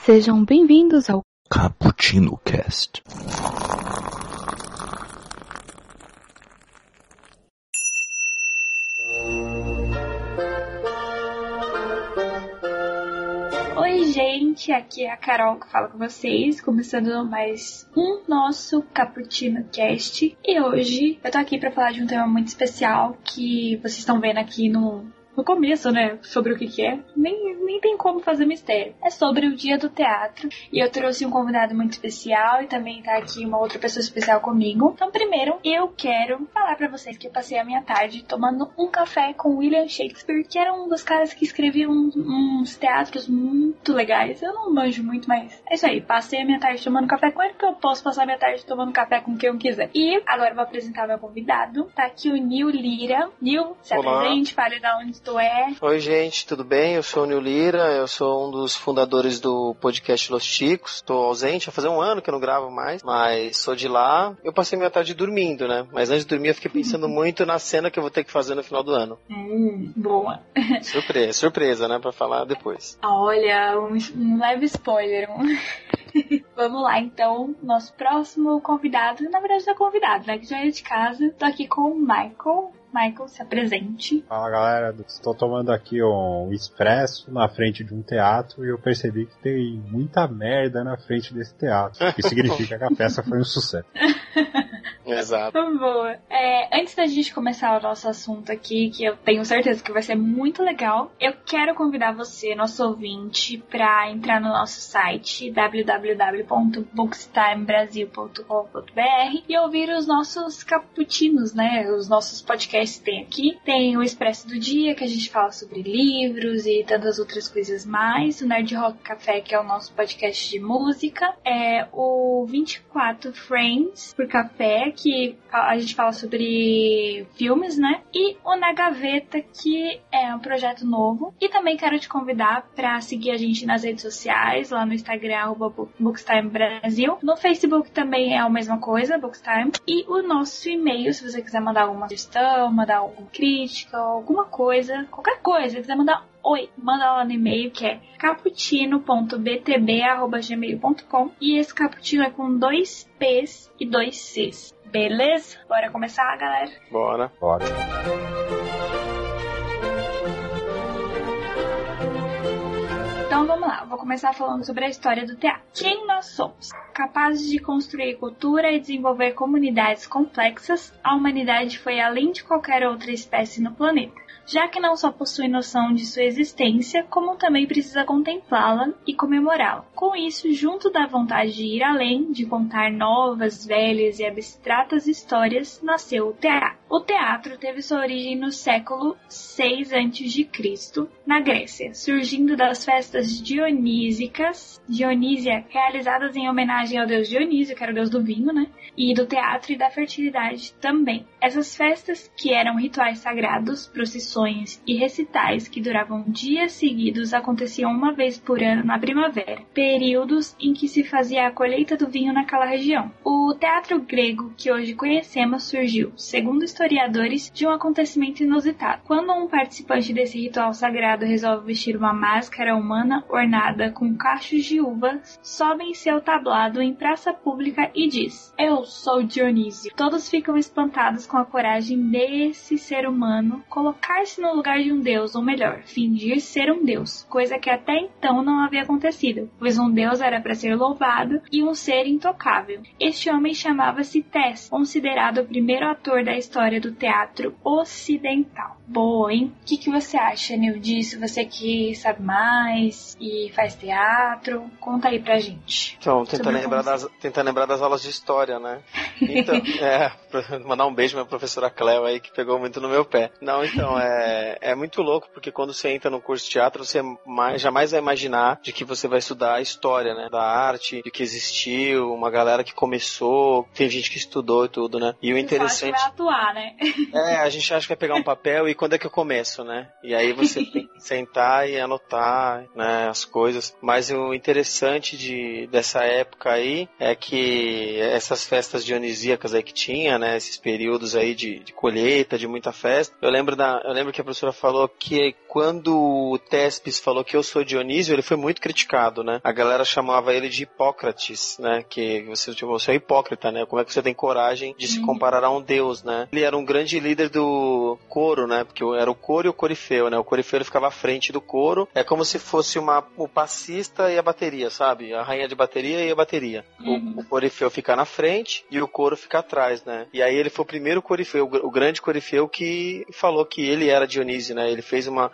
Sejam bem-vindos ao Cappuccino Cast. Oi, gente, aqui é a Carol que fala com vocês, começando mais um nosso Cappuccino Cast. E hoje eu tô aqui pra falar de um tema muito especial que vocês estão vendo aqui no começo, né, sobre o que é. Nem tem como fazer mistério. É sobre o Dia do Teatro. E eu trouxe um convidado muito especial e também tá aqui uma outra pessoa especial comigo. Então, primeiro, eu quero falar pra vocês que eu passei a minha tarde tomando um café com William Shakespeare, que era um dos caras que escrevia uns teatros muito legais. Eu não manjo muito, mas é isso aí. Passei a minha tarde tomando café com ele, porque eu posso passar a minha tarde tomando café com quem eu quiser. E agora eu vou apresentar meu convidado. Tá aqui o Nil Lira. Nil, se apresente, fale de onde tu é. Oi, gente, tudo bem? Eu sou o Nil Lira, eu sou um dos fundadores do podcast Los Chicos. Tô ausente, vai fazer um ano que eu não gravo mais, mas sou de lá. Eu passei minha tarde dormindo, né? Mas antes de dormir eu fiquei pensando muito na cena que eu vou ter que fazer no final do ano. Boa. Surpresa, né? Pra falar depois. Olha, um leve spoiler. Vamos lá, então, nosso próximo convidado, na verdade não é convidado, né, que já é de casa. Tô aqui com o Michael. Michael, se apresente. Fala, galera, estou tomando aqui um expresso na frente de um teatro e eu percebi que tem muita merda na frente desse teatro, o que significa que a peça foi um sucesso. Exato. Boa. Antes da gente começar o nosso assunto aqui, que eu tenho certeza que vai ser muito legal, eu quero convidar você, nosso ouvinte, para entrar no nosso site www.bookstimebrasil.com.br e ouvir os nossos cappuccinos, né? Os nossos podcasts tem aqui. Tem o Expresso do Dia, que a gente fala sobre livros e tantas outras coisas mais. O Nerd Rock Café, que é o nosso podcast de música. O 24 Frames por Café, que a gente fala sobre filmes, né? E o Na Gaveta, que é um projeto novo. E também quero te convidar para seguir a gente nas redes sociais, lá no Instagram, Bookstime Brasil. No Facebook também é a mesma coisa, Bookstime. E o nosso e-mail, se você quiser mandar alguma sugestão, mandar alguma crítica, alguma coisa, qualquer coisa, se quiser mandar oi, manda lá no e-mail, que é cappuccino.btb@gmail.com, e esse cappuccino é com 2 P's e 2 C's. Beleza? Bora começar, galera? Bora. Então vamos lá, eu vou começar falando sobre a história do teatro. Quem nós somos? Capazes de construir cultura e desenvolver comunidades complexas, a humanidade foi além de qualquer outra espécie no planeta, já que não só possui noção de sua existência, como também precisa contemplá-la e comemorá-la. Com isso, junto da vontade de ir além, de contar novas, velhas e abstratas histórias, nasceu o teatro. O teatro teve sua origem no século VI a.C., na Grécia, surgindo das festas Dionísia, realizadas em homenagem ao deus Dionísio, que era o deus do vinho, né? E do teatro e da fertilidade também. Essas festas, que eram rituais sagrados, procissões e recitais que duravam dias seguidos, aconteciam uma vez por ano na primavera, períodos em que se fazia a colheita do vinho naquela região. O teatro grego que hoje conhecemos surgiu, segundo historiadores, de um acontecimento inusitado. Quando um participante desse ritual sagrado resolve vestir uma máscara humana ornada com cachos de uvas, sobe em seu tablado em praça pública e diz: "Eu sou Dionísio." Todos ficam espantados com a coragem desse ser humano colocar-se no lugar de um deus, ou melhor, fingir ser um deus, coisa que até então não havia acontecido, pois um deus era para ser louvado e um ser intocável. Este homem chamava-se Tess, considerado o primeiro ator da história do teatro ocidental. Boa, hein? O que você acha, Nil, disso? Você que sabe mais e faz teatro, conta aí pra gente. Então, tentar lembrar das aulas de história, né? Então, mandar um beijo pra minha professora Cleo aí, que pegou muito no meu pé. Não, então, é muito louco, porque quando você entra no curso de teatro, você jamais vai imaginar de que você vai estudar a história, né? Da arte, de que existiu, uma galera que começou, tem gente que estudou e tudo, né? E o interessante... Vai atuar, né? A gente acha que vai pegar um papel e quando é que eu começo, né? E aí você tem que sentar e anotar, né, as coisas. Mas o interessante dessa época aí é que essas festas dionisíacas aí que tinha, né, esses períodos aí de colheita, de muita festa. Eu lembro que a professora falou que quando o Tespes falou que eu sou Dionísio, ele foi muito criticado, né? A galera chamava ele de Hipócrates, né? Que você é hipócrita, né? Como é que você tem coragem de se comparar a um deus, né? Ele era um grande líder do coro, né? Porque era o coro e o corifeu, né? O corifeu ele ficava à frente do coro. É como se fosse o passista e a bateria, sabe? A rainha de bateria e a bateria. O corifeu fica na frente e o coro fica atrás, né? E aí ele foi o primeiro corifeu, o grande corifeu que falou que ele era Dionísio, né? Ele fez uma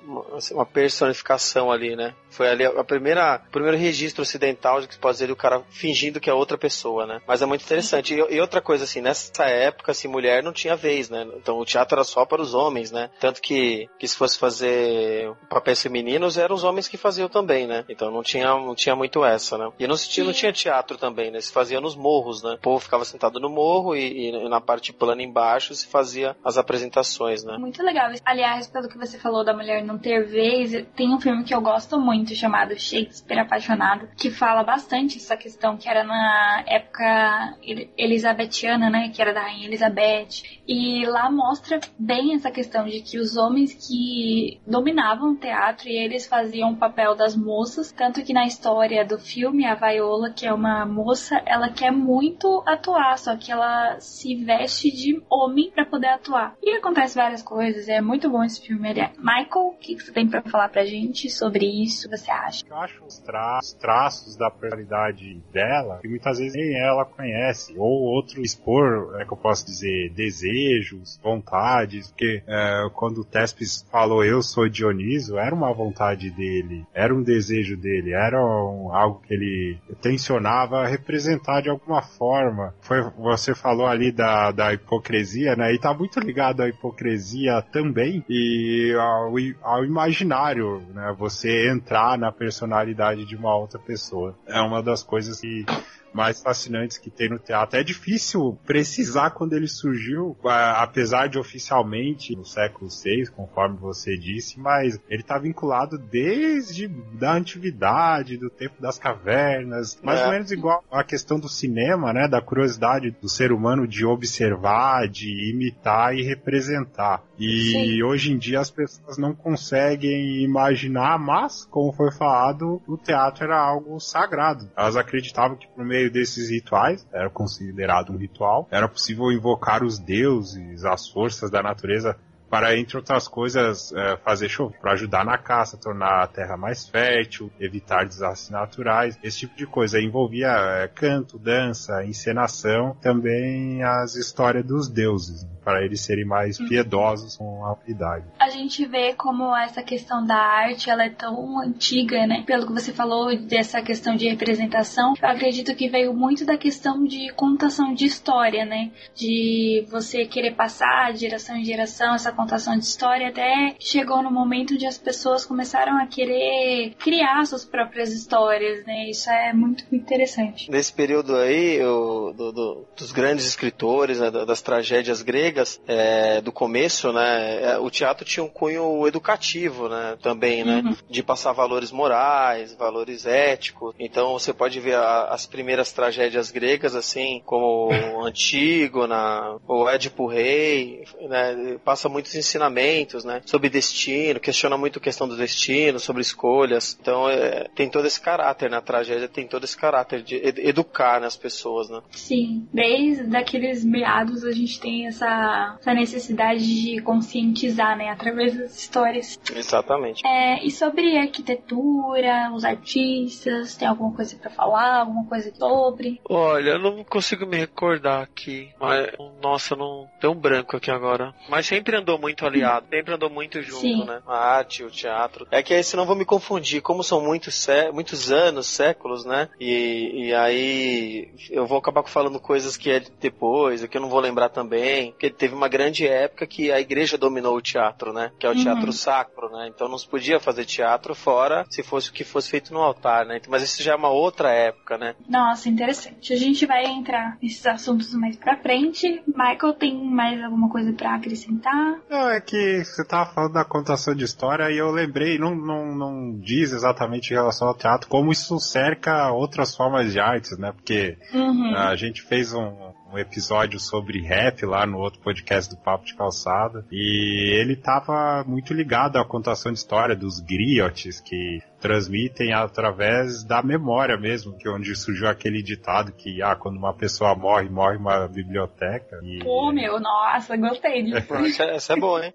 personificação ali, né? Foi ali o primeiro registro ocidental de que se pode dizer o cara fingindo que é outra pessoa, né? Mas é muito interessante. E outra coisa, assim, nessa época, assim, mulher não tinha vez, né? Então o teatro era só para os homens, né? Tanto que se fosse fazer papéis femininos, eram os homens que faziam também, né? Então não tinha muito essa, né? E não tinha teatro também, né? Se fazia nos morros, né? O povo ficava sentado no morro e na parte plana embaixo se fazia as apresentações, né? Muito legal. Aliás, pelo que você falou da mulher não ter vez, tem um filme que eu gosto muito chamado Shakespeare Apaixonado, que fala bastante essa questão, que era na época elisabetiana, né? Que era da Rainha Elizabeth. E lá mostra bem essa questão de que os homens que dominavam o teatro e eles faziam o papel das moças, tanto que na história do filme, a Viola, que é uma moça, ela quer muito atuar, só que ela se veste de homem pra poder atuar. E acontece várias coisas, é muito bom esse filme. Michael, o que você tem pra falar pra gente sobre isso, você acha? Eu acho os traços da personalidade dela que muitas vezes nem ela conhece, ou outro expor, que eu posso dizer, desejos, vontades, porque quando o Tespes falou eu sou Dioniso, era uma vontade dele, era um desejo dele, era algo que ele tensionava representar de alguma forma. Você falou ali da hipocrisia, né? E tá muito ligado à hipocrisia também e ao imaginário, né? Você entrar na personalidade de uma outra pessoa. É uma das coisas que mais fascinantes que tem no teatro. É difícil precisar quando ele surgiu, apesar de oficialmente no século VI, conforme você disse, mas ele está vinculado desde da antiguidade, do tempo das cavernas, mais ou menos igual a questão do cinema, né, da curiosidade do ser humano de observar, de imitar e representar. E hoje em dia as pessoas não conseguem imaginar, mas, como foi falado, o teatro era algo sagrado. Elas acreditavam que por meio desses rituais, era considerado um ritual, era possível invocar os deuses, as forças da natureza para, entre outras coisas, fazer chover, para ajudar na caça, tornar a terra mais fértil, evitar desastres naturais, esse tipo de coisa. Envolvia canto, dança, encenação, também as histórias dos deuses, né, para eles serem mais piedosos com a humanidade. A gente vê como essa questão da arte, ela é tão antiga, né? Pelo que você falou dessa questão de representação, eu acredito que veio muito da questão de contação de história, né? De você querer passar de geração em geração essa contação de história, até chegou no momento onde as pessoas começaram a querer criar suas próprias histórias, né? Isso é muito interessante. Nesse período aí, dos grandes escritores, né, das tragédias gregas, do começo, né, o teatro tinha um cunho educativo, né, também, né, de passar valores morais, valores éticos. Então você pode ver as primeiras tragédias gregas, assim, como Antígona, o Édipo Rei, né, passa muitos ensinamentos, né, sobre destino, questiona muito a questão do destino, sobre escolhas. Então tem todo esse caráter na tragédia, tem todo esse caráter de educar, né, as pessoas, né. Sim, desde aqueles meados a gente tem essa necessidade de conscientizar, né, através das histórias. Exatamente. E sobre arquitetura, os artistas, tem alguma coisa pra falar, alguma coisa sobre? Olha, eu não consigo me recordar aqui, mas, nossa, não tem um branco aqui agora. Mas sempre andou muito aliado, sempre andou muito junto, sim, né, a arte, o teatro. É que aí, senão vou me confundir, como são muitos anos, séculos, né, e aí eu vou acabar falando coisas que é depois, que eu não vou lembrar também, porque teve uma grande época que a igreja dominou o teatro, né? Que é o teatro sacro, né? Então não se podia fazer teatro fora se fosse o que fosse feito no altar, né? Mas isso já é uma outra época, né? Nossa, interessante. A gente vai entrar nesses assuntos mais pra frente. Michael, tem mais alguma coisa pra acrescentar? Não, é que você tava falando da contação de história e eu lembrei, não diz exatamente em relação ao teatro como isso cerca outras formas de artes, né? Porque a gente fez um episódio sobre rap lá no outro podcast do Papo de Calçada e ele tava muito ligado à contação de história dos griotes que transmitem através da memória mesmo, que é onde surgiu aquele ditado que quando uma pessoa morre uma biblioteca. Pô, nossa, gostei disso. Essa é boa, hein?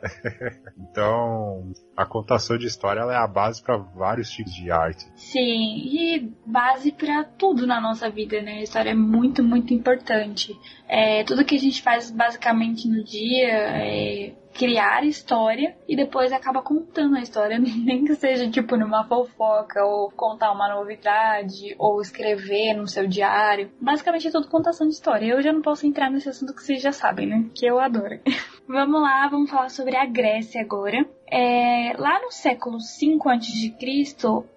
Então, a contação de história ela é a base para vários tipos de arte. Sim, e base para tudo na nossa vida, né? A história é muito, muito importante. Tudo que a gente faz basicamente no dia é criar história e depois acaba contando a história, nem que seja tipo numa fofoca, ou contar uma novidade, ou escrever no seu diário. Basicamente é tudo contação de história. Eu já não posso entrar nesse assunto que vocês já sabem, né? Que eu adoro. Vamos lá, vamos falar sobre a Grécia agora. Lá no século V a.C.,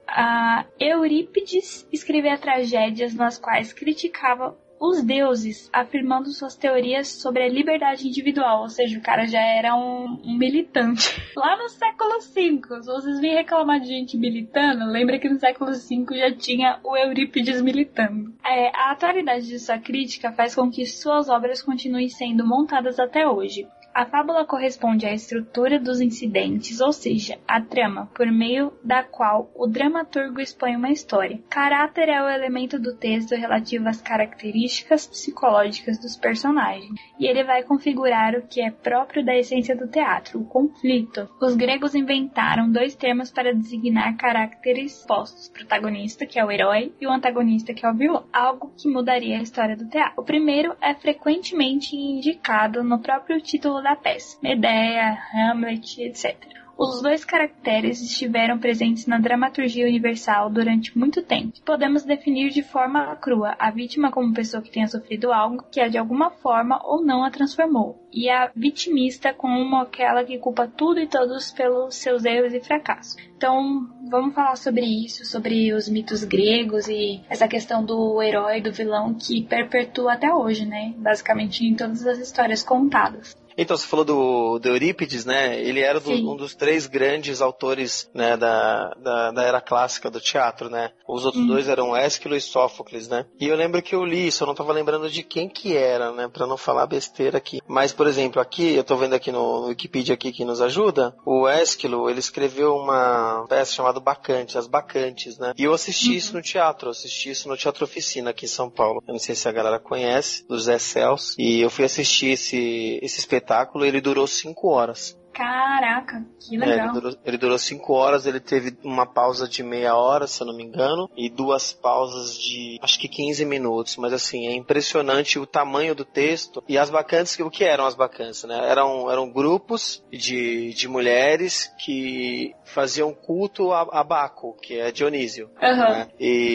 Eurípides escrevia tragédias nas quais criticava os deuses, afirmando suas teorias sobre a liberdade individual, ou seja, o cara já era um militante. Lá no século V, se vocês virem reclamar de gente militando, lembra que no século V já tinha o Eurípides militando. A atualidade de sua crítica faz com que suas obras continuem sendo montadas até hoje. A fábula corresponde à estrutura dos incidentes, ou seja, a trama, por meio da qual o dramaturgo expõe uma história. Caráter é o elemento do texto relativo às características psicológicas dos personagens, e ele vai configurar o que é próprio da essência do teatro, o conflito. Os gregos inventaram 2 termos para designar caracteres postos, o protagonista, que é o herói, e o antagonista, que é o vilão, algo que mudaria a história do teatro. O primeiro é frequentemente indicado no próprio título da peça, Medea, Hamlet, etc. Os 2 caracteres estiveram presentes na dramaturgia universal durante muito tempo. Podemos definir de forma crua a vítima como pessoa que tenha sofrido algo que de alguma forma ou não a transformou, e a vitimista como aquela que culpa tudo e todos pelos seus erros e fracassos. Então, vamos falar sobre isso, sobre os mitos gregos e essa questão do herói e do vilão que perpetua até hoje, né? Basicamente em todas as histórias contadas. Então, você falou do Eurípides, né? Ele era um dos 3 grandes autores, né, da era clássica do teatro, né? Os outros 2 eram Ésquilo e Sófocles, né? E eu lembro que eu li isso, eu não estava lembrando de quem que era, né? Pra não falar besteira aqui. Mas, por exemplo, aqui, eu tô vendo aqui no Wikipedia aqui que nos ajuda, o Ésquilo, ele escreveu uma peça chamada Bacante, As Bacantes, né? E eu assisti isso no teatro, Teatro Oficina aqui em São Paulo. Eu não sei se a galera conhece, do Zé Celso. E eu fui assistir esse espetáculo, ele durou 5 horas. Caraca, que legal. Ele durou 5 horas, ele teve uma pausa de meia hora, se eu não me engano, e 2 pausas de, acho que 15 minutos, mas assim, é impressionante o tamanho do texto. E as bacantes, o que eram as bacantes, né? Eram grupos de mulheres que faziam culto a Baco, que é Dionísio. Né?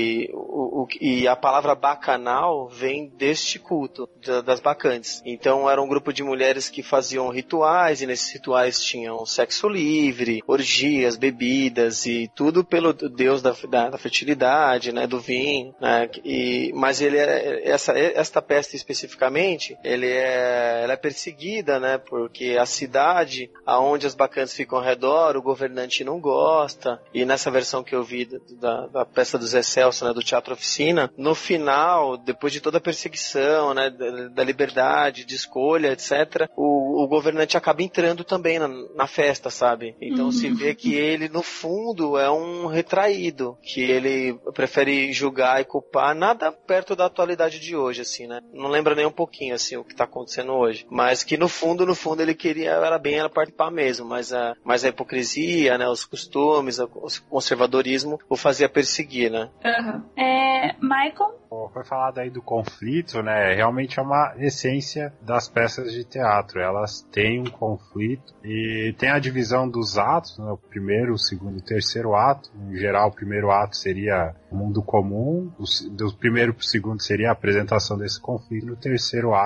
E a palavra bacanal vem deste culto, das bacantes. Então era um grupo de mulheres que faziam rituais, e nesses rituais tinham sexo livre, orgias, bebidas e tudo pelo deus da fertilidade, né, do vinho, né, mas ele esta peste especificamente, ela é perseguida, né, porque a cidade aonde as bacantes ficam ao redor, o governante não gosta, e nessa versão que eu vi da peça do Zé Celso, né, do Teatro Oficina, no final, depois de toda a perseguição, né, da liberdade, de escolha, etc., o governante acaba entrando também na festa, sabe? Então se vê que ele, no fundo, é um retraído, que ele prefere julgar e culpar, nada perto da atualidade de hoje, assim, né? Não lembra nem um pouquinho, assim, o que tá acontecendo hoje. Mas que, no fundo, ele queria, era participar mesmo, mas a hipocrisia, né, os costumes, o conservadorismo o fazia perseguir, né? Michael? Foi falado aí do conflito, né? Realmente é uma essência das peças de teatro. Elas têm um conflito e tem a divisão dos atos, né? O primeiro, o segundo e o terceiro ato. Em geral, o primeiro ato seria o mundo comum, do primeiro para o segundo seria a apresentação desse conflito, e no terceiro ato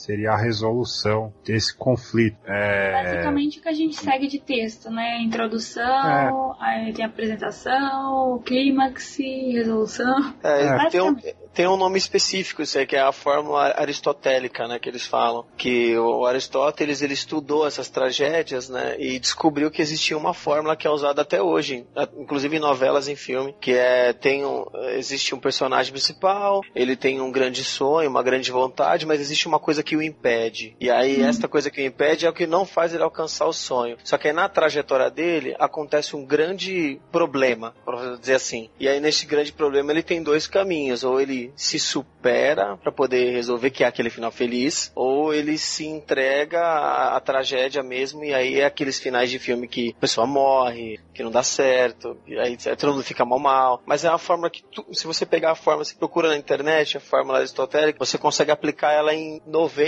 seria a resolução desse conflito. Basicamente o que a gente segue de texto, né? Introdução, aí tem apresentação, clímax, resolução. Tem um nome específico, isso aí, que é a fórmula aristotélica, né, que eles falam. Que o Aristóteles, ele estudou essas tragédias, né, e descobriu que existia uma fórmula que é usada até hoje, inclusive em novelas, em filme, que existe um personagem principal, ele tem um grande sonho, uma grande vontade, mas existe uma coisa que o impede. E aí, esta coisa que o impede é o que não faz ele alcançar o sonho. Só que aí, na trajetória dele, acontece um grande problema, por dizer assim. E aí, nesse grande problema, ele tem dois caminhos. Ou ele se supera para poder resolver, que é aquele final feliz, ou ele se entrega à tragédia mesmo, e aí é aqueles finais de filme que a pessoa morre, que não dá certo, e aí todo mundo fica mal. Mas é uma fórmula que, se você pegar a fórmula, você procura na internet, a fórmula aristotélica, você consegue aplicar ela em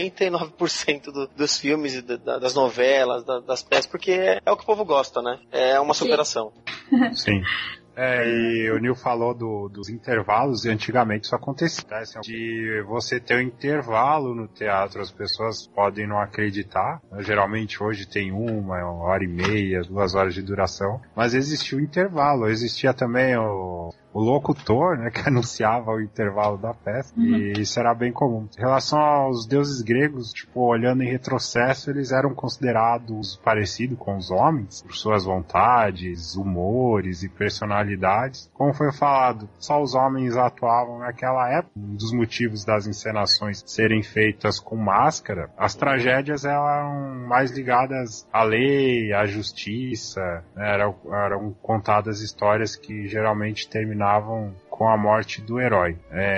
99% dos filmes, das novelas, das peças, porque é o que o povo gosta, né? É uma superação. Sim. E o Neil falou dos intervalos, e antigamente isso acontecia, tá? De você ter um intervalo no teatro, as pessoas podem não acreditar, geralmente hoje tem 1h30, 2 horas de duração, mas existia o intervalo, existia também o locutor, né, que anunciava o intervalo da peça, e isso era bem comum. Em relação aos deuses gregos, olhando em retrocesso, eles eram considerados parecidos com os homens, por suas vontades, humores e personalidades. Como foi falado, só os homens atuavam naquela época. Um dos motivos das encenações serem feitas com máscara, as tragédias eram mais ligadas à lei, à justiça, né, eram contadas histórias que geralmente terminavam com a morte do herói.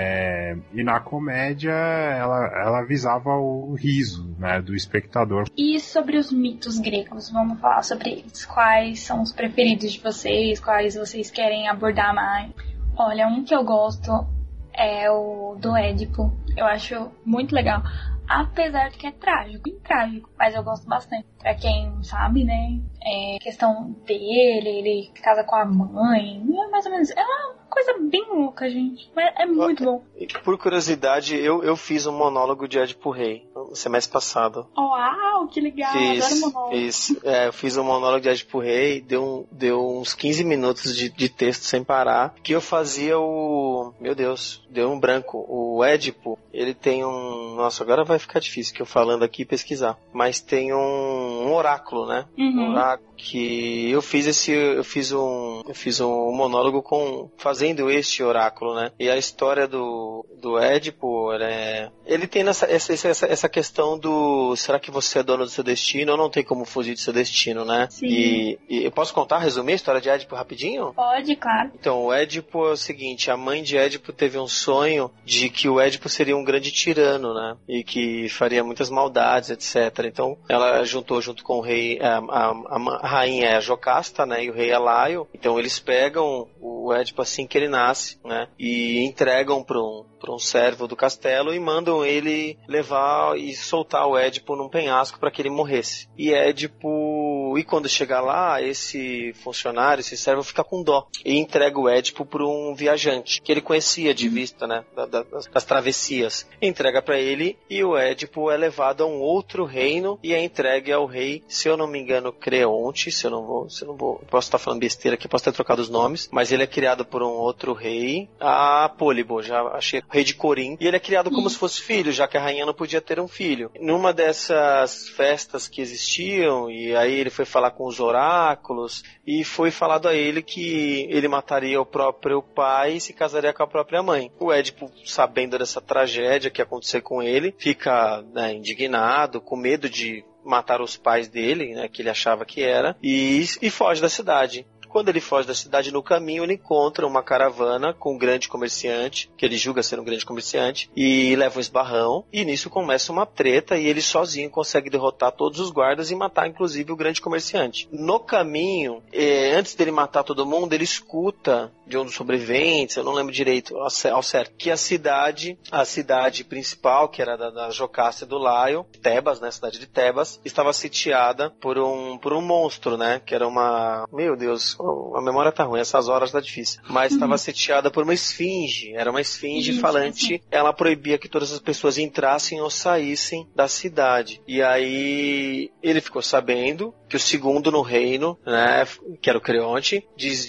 E na comédia ela visava o riso, né, do espectador. E sobre os mitos gregos, vamos falar sobre eles. Quais são os preferidos de vocês? Quais vocês querem abordar mais? Olha, um que eu gosto é o do Édipo. Eu acho muito legal. Apesar de que é trágico, bem trágico, mas eu gosto bastante. Pra quem sabe, né, questão dele, ele casa com a mãe, mais ou menos, é uma coisa bem louca, gente, mas é muito bom. Por curiosidade, eu fiz um monólogo de Édipo Rei, no semestre passado. Uau, que legal, adoro monólogo. Eu fiz um monólogo de Édipo Rei, deu uns 15 minutos de texto sem parar, que eu fazia meu Deus, deu um branco. O Édipo, ele tem nossa, agora vai ficar difícil que eu falando aqui pesquisar, mas tem um oráculo, né? Um oráculo que eu fiz um monólogo fazendo este oráculo, né? E a história do Édipo, ele tem essa questão será que você é dono do seu destino ou não tem como fugir do seu destino, né? Sim. E eu posso resumir a história de Édipo rapidinho? Pode, claro. Então, o Édipo é o seguinte, a mãe de Édipo teve um sonho de que o Édipo seria um grande tirano, né? E que faria muitas maldades, etc. Então, ela juntou junto com o rei, a rainha é a Jocasta, né? E o rei é Laio. Então, eles pegam o Édipo assim que ele nasce, né? E entregam para um servo do castelo e mandam ele levar e soltar o Édipo num penhasco para que ele morresse. E quando chegar lá, esse funcionário, esse servo fica com dó e entrega o Édipo para um viajante que ele conhecia de vista, né, das travessias. Entrega para ele e o Édipo é levado a um outro reino e é entregue ao rei, se eu não me engano, Creonte, posso estar falando besteira aqui, posso ter trocado os nomes, mas ele é criado por um outro rei, Pólibo, já achei, rei de Corim, e ele é criado como se fosse filho, já que a rainha não podia ter um filho. Numa dessas festas que existiam, e aí ele foi falar com os oráculos, e foi falado a ele que ele mataria o próprio pai e se casaria com a própria mãe. O Édipo, sabendo dessa tragédia que ia acontecer com ele, fica, né, indignado, com medo de matar os pais dele, né, que ele achava que era, e foge da cidade. Quando ele foge da cidade, no caminho ele encontra uma caravana com um grande comerciante, que ele julga ser um grande comerciante, e leva um esbarrão, e nisso começa uma treta, e ele sozinho consegue derrotar todos os guardas e matar inclusive o grande comerciante. No caminho, antes dele matar todo mundo, ele escuta de um dos sobreviventes, eu não lembro direito ao certo, que a cidade principal, que era da Jocasta e do Laio, Tebas, né, a cidade de Tebas, estava sitiada por um monstro, né, que era meu Deus, a memória tá ruim, essas horas tá difícil. Mas estava sitiada por uma esfinge. Era uma esfinge falante. Ela proibia que todas as pessoas entrassem ou saíssem da cidade. E aí ele ficou sabendo que o segundo no reino, né, que era o Creonte,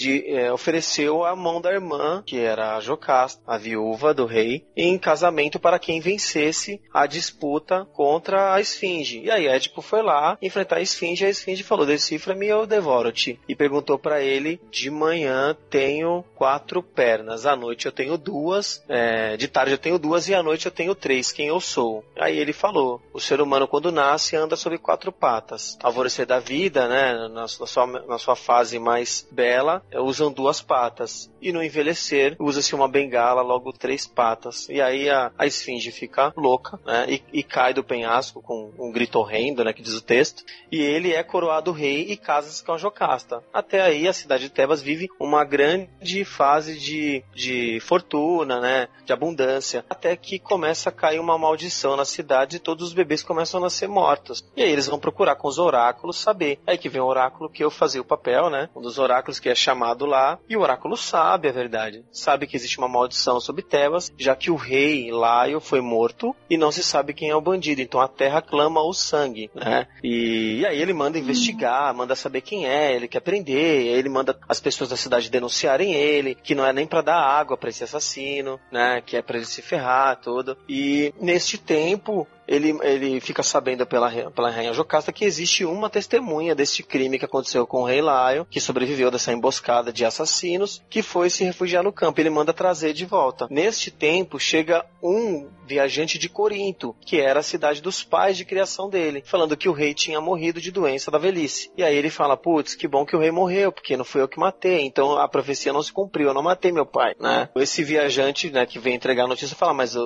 ofereceu a mão da irmã, que era a Jocasta, a viúva do rei, em casamento para quem vencesse a disputa contra a esfinge. E aí Édipo foi lá enfrentar a esfinge falou: decifra-me ou eu devoro-te. E perguntou para ele: de manhã tenho 4 pernas, à noite eu tenho 2, de tarde eu tenho 2 e à noite eu tenho 3, quem eu sou? Aí ele falou: o ser humano quando nasce anda sobre 4 patas. Ao alvorecer da vida, né, na sua fase mais bela, usam 2 patas. E no envelhecer, usa-se uma bengala, logo 3 patas. E aí a esfinge fica louca, né, e cai do penhasco com um grito horrendo, né, que diz o texto. E ele é coroado rei e casa-se com a Jocasta. Até aí a cidade de Tebas vive uma grande fase de fortuna, né, de abundância. Até que começa a cair uma maldição na cidade e todos os bebês começam a nascer mortos. E aí eles vão procurar com os oráculos saber. Aí que vem o oráculo que eu fazia o papel, né? Um dos oráculos que é chamado lá. E o oráculo sabe a verdade. Sabe que existe uma maldição sobre Tebas, já que o rei Laio foi morto e não se sabe quem é o bandido. Então a terra clama o sangue, né? E aí ele manda investigar, manda saber quem é, ele quer prender, ele manda as pessoas da cidade denunciarem ele, que não é nem pra dar água pra esse assassino, né? Que é pra ele se ferrar, tudo. E neste tempo ele fica sabendo pela rainha Jocasta que existe uma testemunha deste crime que aconteceu com o rei Laio, que sobreviveu dessa emboscada de assassinos, que foi se refugiar no campo. Ele manda trazer de volta. Neste tempo, chega um viajante de Corinto, que era a cidade dos pais de criação dele, falando que o rei tinha morrido de doença da velhice. E aí ele fala: putz, que bom que o rei morreu, porque não fui eu que matei, então a profecia não se cumpriu, eu não matei meu pai, né? Esse viajante, né, que vem entregar a notícia, fala: mas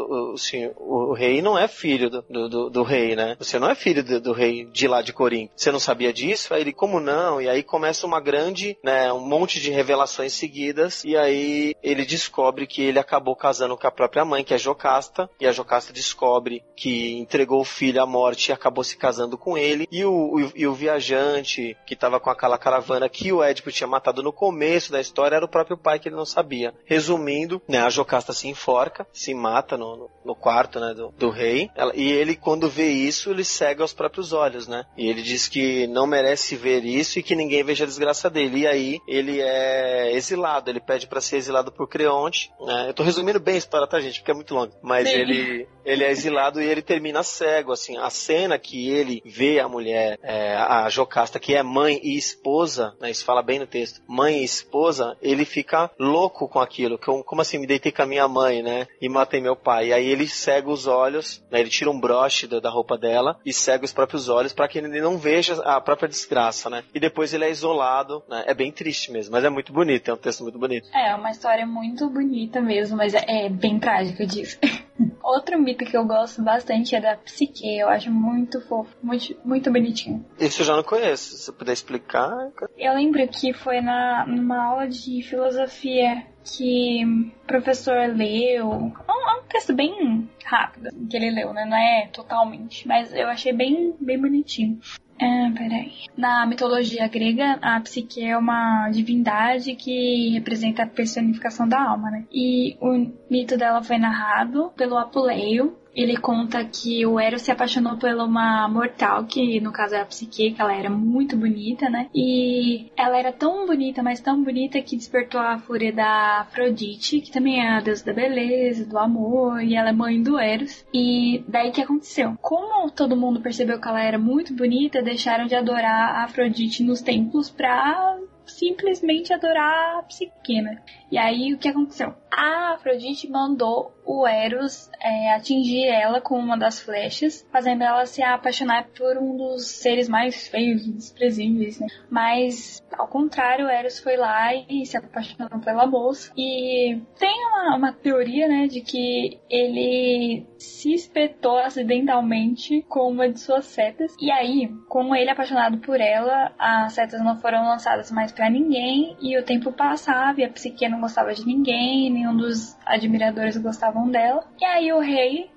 o rei não é filho do rei, né? Você não é filho do rei de lá de Corinto. Você não sabia disso? Aí ele: como não? E aí começa uma grande, né, um monte de revelações seguidas, e aí ele descobre que ele acabou casando com a própria mãe, que é Jocasta, e a Jocasta descobre que entregou o filho à morte e acabou se casando com ele, e o viajante que estava com aquela caravana que o Édipo tinha matado no começo da história era o próprio pai, que ele não sabia. Resumindo, né, a Jocasta se enforca, se mata no quarto, né, do rei, e ele, quando vê isso, ele cega aos próprios olhos, né, e ele diz que não merece ver isso e que ninguém veja a desgraça dele, e aí ele é exilado, ele pede para ser exilado por Creonte, né? Eu tô resumindo bem a história, tá, gente, porque é muito longo, mas ele é exilado e ele termina cego, assim, a cena que ele vê a mulher, a Jocasta, que é mãe e esposa, né, isso fala bem no texto, mãe e esposa, ele fica louco com aquilo, como assim, me deitei com a minha mãe, né, e matei meu pai, e aí ele cega os olhos, né, ele tira um broche da roupa dela e cega os próprios olhos para que ele não veja a própria desgraça, né, e depois ele é isolado, né, é bem triste mesmo, mas é muito bonito, é um texto muito bonito. É uma história muito bonita mesmo, mas é bem trágica disso. Outro mito que eu gosto bastante é da Psique. Eu acho muito fofo, muito, muito bonitinho. Isso eu já não conheço. Se você puder explicar. Eu lembro que foi numa aula de filosofia que o professor leu. É um texto bem rápido que ele leu, né? Não é totalmente, mas eu achei bem, bem bonitinho. Peraí. Na mitologia grega, a Psique é uma divindade que representa a personificação da alma, né? E o mito dela foi narrado pelo Apuleio. Ele conta que o Eros se apaixonou por uma mortal, que no caso é a Psique, que ela era muito bonita, né? E ela era tão bonita, mas tão bonita, que despertou a fúria da Afrodite, que também é a deusa da beleza, do amor, e ela é mãe do Eros. E daí que aconteceu? Como todo mundo percebeu que ela era muito bonita, deixaram de adorar a Afrodite nos templos pra simplesmente adorar a Psique, né? E aí o que aconteceu? A Afrodite mandou o Eros atingir ela com uma das flechas, fazendo ela se apaixonar por um dos seres mais feios e desprezíveis, né? Mas, ao contrário, o Eros foi lá e se apaixonou pela moça. E tem uma teoria, né, de que ele se espetou acidentalmente com uma de suas setas. E aí, como ele é apaixonado por ela, as setas não foram lançadas mais pra ninguém, e o tempo passava e a Psique não gostava de ninguém, nenhum dos admiradores gostavam dela. E aí o rei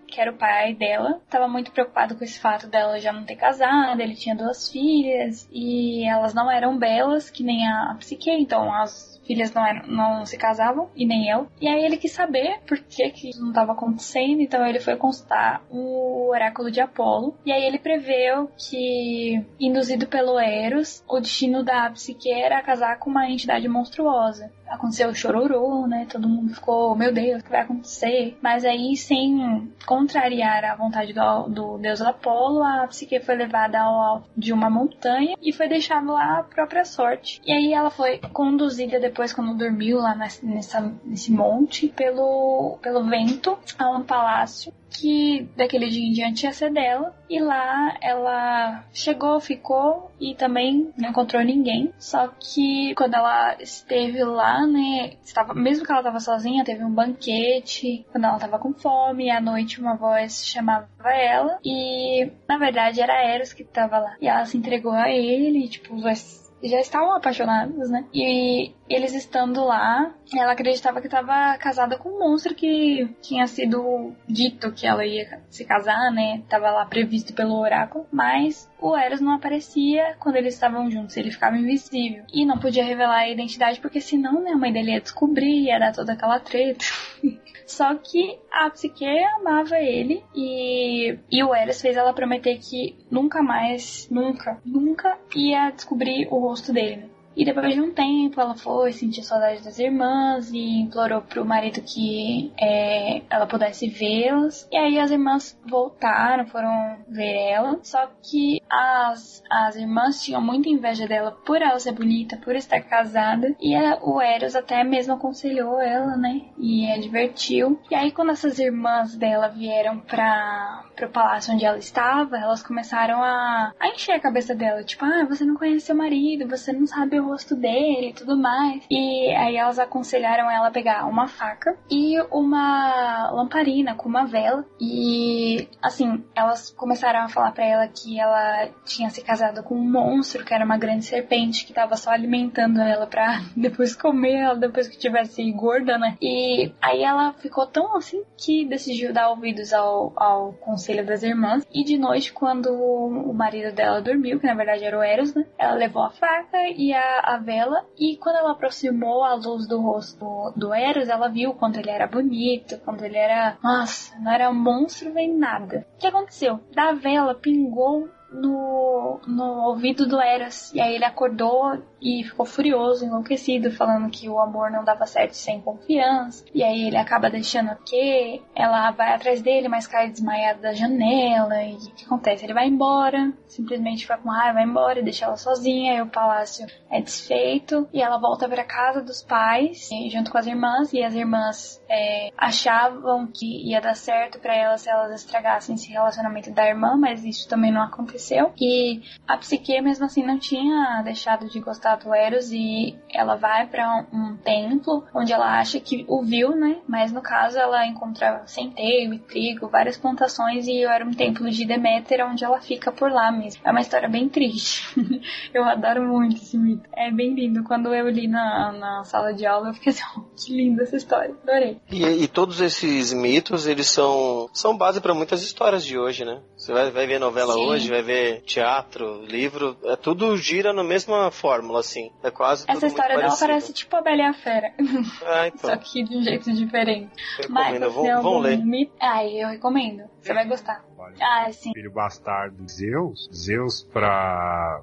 que era o pai dela, estava muito preocupado com esse fato dela já não ter casado, ele tinha 2 filhas, e elas não eram belas, que nem a Psique, então as filhas não se casavam, e nem eu. E aí ele quis saber por que isso não estava acontecendo, então ele foi consultar o oráculo de Apolo, e aí ele preveu que, induzido pelo Eros, o destino da Psique era casar com uma entidade monstruosa. Aconteceu o chororô, né? Todo mundo ficou, meu Deus, o que vai acontecer? Mas aí, sem contrariar a vontade do deus Apolo, a Psique foi levada ao alto de uma montanha e foi deixada lá à própria sorte. E aí ela foi conduzida depois, quando dormiu lá nesse monte, pelo vento a um palácio que daquele dia em diante ia ser dela, e lá ela chegou, ficou e também não encontrou ninguém. Só que quando ela esteve lá, né, mesmo que ela estava sozinha, teve um banquete quando ela estava com fome, e à noite uma voz chamava ela, e na verdade era Eros que estava lá, e ela se entregou a ele, tipo, os dois já estavam apaixonados, né? E eles estando lá, ela acreditava que estava casada com um monstro que tinha sido dito que ela ia se casar, né? Tava lá previsto pelo oráculo, mas o Eros não aparecia quando eles estavam juntos, ele ficava invisível. E não podia revelar a identidade, porque senão, né, a mãe dele ia descobrir, ia dar toda aquela treta. Só que a Psique amava ele, e o Eros fez ela prometer que nunca mais, nunca ia descobrir o rosto dele, né? E depois de um tempo ela foi sentir saudade das irmãs e implorou pro marido que ela pudesse vê-las. E aí as irmãs voltaram, foram ver ela. Só que as irmãs tinham muita inveja dela por ela ser bonita, por estar casada. E o Eros até mesmo aconselhou ela, né? E advertiu. E aí quando essas irmãs dela vieram pro palácio onde ela estava, elas começaram a encher a cabeça dela. Tipo, você não conhece seu marido, você não sabe o rosto dele e tudo mais. E aí elas aconselharam ela a pegar uma faca e uma lamparina com uma vela. E assim, elas começaram a falar pra ela que ela tinha se casado com um monstro, que era uma grande serpente que tava só alimentando ela pra depois comer ela, depois que tivesse gorda, né? E aí ela ficou tão assim que decidiu dar ouvidos ao conselho das irmãs. E de noite, quando o marido dela dormiu, que na verdade era o Eros, né? Ela levou a faca e a vela, e quando ela aproximou a luz do rosto do Eros, ela viu o quanto ele era bonito, quanto ele era... Nossa, não era um monstro nem nada. O que aconteceu? Da vela pingou no ouvido do Eros, e aí ele acordou e ficou furioso, enlouquecido, falando que o amor não dava certo sem confiança. E aí ele acaba deixando que ela vai atrás dele, mas cai desmaiada da janela. E o que acontece? Ele vai embora, simplesmente fica com raiva, vai embora e deixa ela sozinha. E o palácio é desfeito, e ela volta pra casa dos pais, junto com as irmãs. E as irmãs achavam que ia dar certo pra elas se elas estragassem esse relacionamento da irmã, mas isso também não aconteceu. E a Psique, mesmo assim, não tinha deixado de gostar do Eros, e ela vai pra um templo onde ela acha que o viu, né? Mas no caso ela encontra centeio e trigo, várias plantações, e era um templo de Deméter onde ela fica por lá mesmo. É uma história bem triste. Eu adoro muito esse mito. É bem lindo. Quando eu li na sala de aula, eu fiquei assim, que linda essa história. Adorei. E todos esses mitos, eles são base para muitas histórias de hoje, né? Você vai ver novela Sim. hoje, vai ver teatro, livro, tudo gira na mesma fórmula, assim. É quase tudo Essa história dela parece tipo a Bela e a Fera. Então. Só que de um jeito diferente. Mas vão ler. Eu recomendo. Você vai gostar. Sim. Filho bastardo de Zeus pra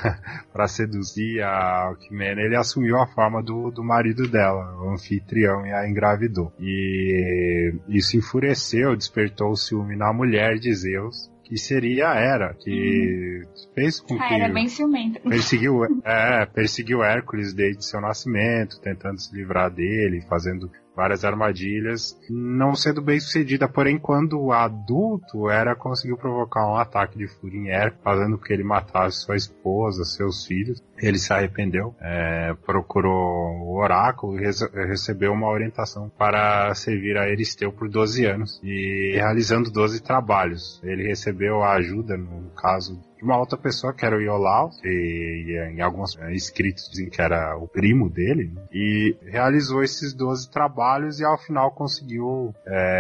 seduzir a Alcmena, ele assumiu a forma do marido dela, o anfitrião, e a engravidou. E isso enfureceu, despertou o ciúme na mulher de Zeus, que seria a Hera, que fez com que... Era bem ciumenta. Perseguiu Hércules desde seu nascimento, tentando se livrar dele, fazendo várias armadilhas, não sendo bem sucedida, porém quando adulto, Hera conseguiu provocar um ataque de fúria em Hércules, fazendo com que ele matasse sua esposa, seus filhos. Ele se arrependeu, procurou o oráculo e recebeu uma orientação para servir a Euristeu por 12 anos, e realizando 12 trabalhos. Ele recebeu a ajuda, no caso, uma outra pessoa que era o Iolau, e em alguns escritos dizem que era o primo dele, né? E realizou esses 12 trabalhos e ao final conseguiu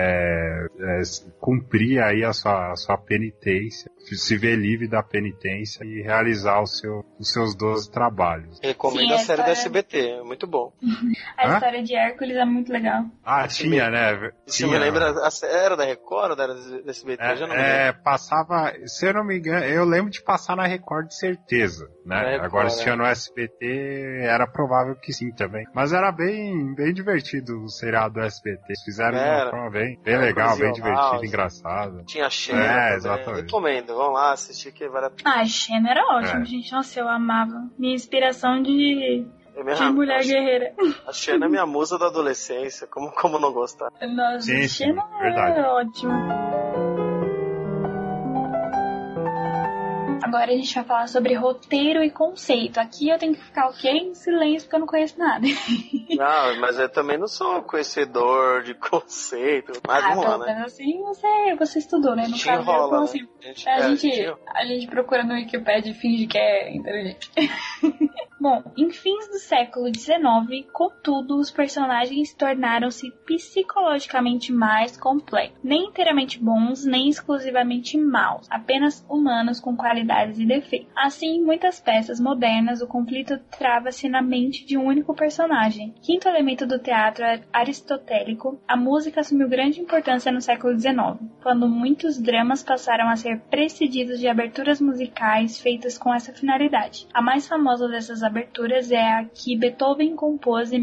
cumprir aí a sua penitência, se ver livre da penitência e realizar os seus 12 trabalhos. Recomendo a série da SBT, é muito bom. A história de Hércules é muito legal. Ah, tinha, né? Isso me lembra, era da Record ou era da SBT? Já não me lembro. Passava, se eu não me engano, eu lembro de passar na Record de certeza, né? Record, agora se tinha no SBT, era provável que sim também. Mas era bem divertido o seriado do SBT. Eles fizeram de uma forma bem legal, bem divertida, engraçada. Tinha Xena, exatamente. Recomendo, vão lá assistir que vale a pena. Ah, Xena era ótimo, gente. Nossa, eu amava. Minha inspiração de mulher guerreira. A Xena é minha musa da adolescência, como não gostar? Nossa, sim, Xena verdade. é ótimo. Agora a gente vai falar sobre roteiro e conceito. Aqui eu tenho que ficar em silêncio porque eu não conheço nada. Não, mas eu também não sou conhecedor de conceito. Mais um ano, né? Assim você estudou, né? No te caso, enrola, eu assim, né? a gente procura no Wikipedia e finge que é inteligente. Bom, em fins do século XIX, contudo, os personagens tornaram-se psicologicamente mais complexos. Nem inteiramente bons, nem exclusivamente maus. Apenas humanos com qualidades e defeitos. Assim, em muitas peças modernas, o conflito trava-se na mente de um único personagem. Quinto elemento do teatro aristotélico, a música assumiu grande importância no século XIX, quando muitos dramas passaram a ser precedidos de aberturas musicais feitas com essa finalidade. A mais famosa dessas aberturas é a que Beethoven compôs em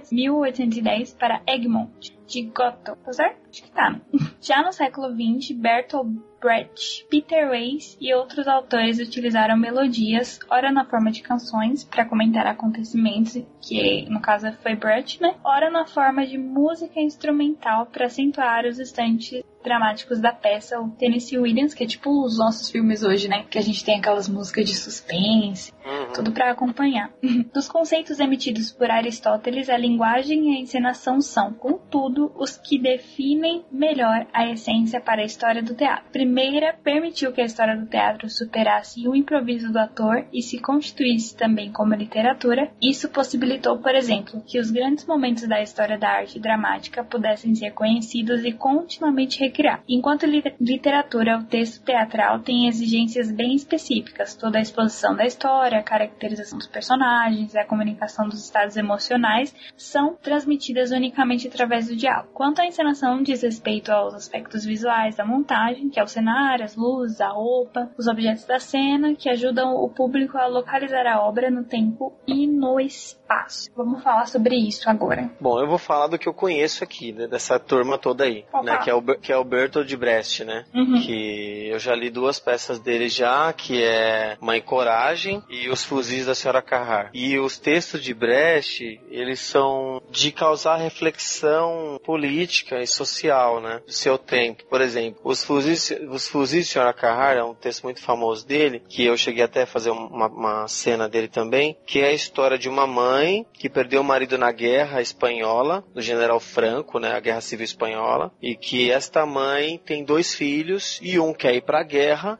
1810 para Egmont, de Gotthold, tá certo? Acho que tá. Já no século XX, Bertolt Brecht, Peter Weiss e outros autores utilizaram melodias, ora na forma de canções, para comentar acontecimentos, que no caso foi Brecht, né? Ora na forma de música instrumental para acentuar os instantes dramáticos da peça. O Tennessee Williams, que é tipo os nossos filmes hoje, né? Que a gente tem aquelas músicas de suspense, tudo para acompanhar. Dos conceitos emitidos por Aristóteles, a linguagem e a encenação são, contudo, os que definem melhor a essência para a história do teatro. Primeira, permitiu que a história do teatro superasse o improviso do ator e se constituísse também como literatura. Isso possibilitou, por exemplo, que os grandes momentos da história da arte dramática pudessem ser conhecidos e continuamente recriados. Enquanto literatura, o texto teatral tem exigências bem específicas. Toda a exposição da história, a caracterização dos personagens e a comunicação dos estados emocionais são transmitidas unicamente através do diálogo. Quanto à encenação, diz respeito aos aspectos visuais da montagem, que é o cenário, as luzes, a roupa, os objetos da cena, que ajudam o público a localizar a obra no tempo e no espaço. Vamos falar sobre isso agora. Bom, eu vou falar do que eu conheço aqui, né, dessa turma toda aí, né, que é o Bertolt Brecht, né? Que eu já li 2 peças dele já, que é Mãe Coragem e Os Fuzis da Senhora Carrard. E os textos de Brecht, eles são de causar reflexão política e social, né? Do seu tempo. Por exemplo, Os Fuzis da Senhora Carrard é um texto muito famoso dele, que eu cheguei até a fazer uma cena dele também, que é a história de uma mãe que perdeu o marido na guerra espanhola, do General Franco, né? A Guerra Civil Espanhola, e que esta mãe tem 2 filhos e um quer ir pra guerra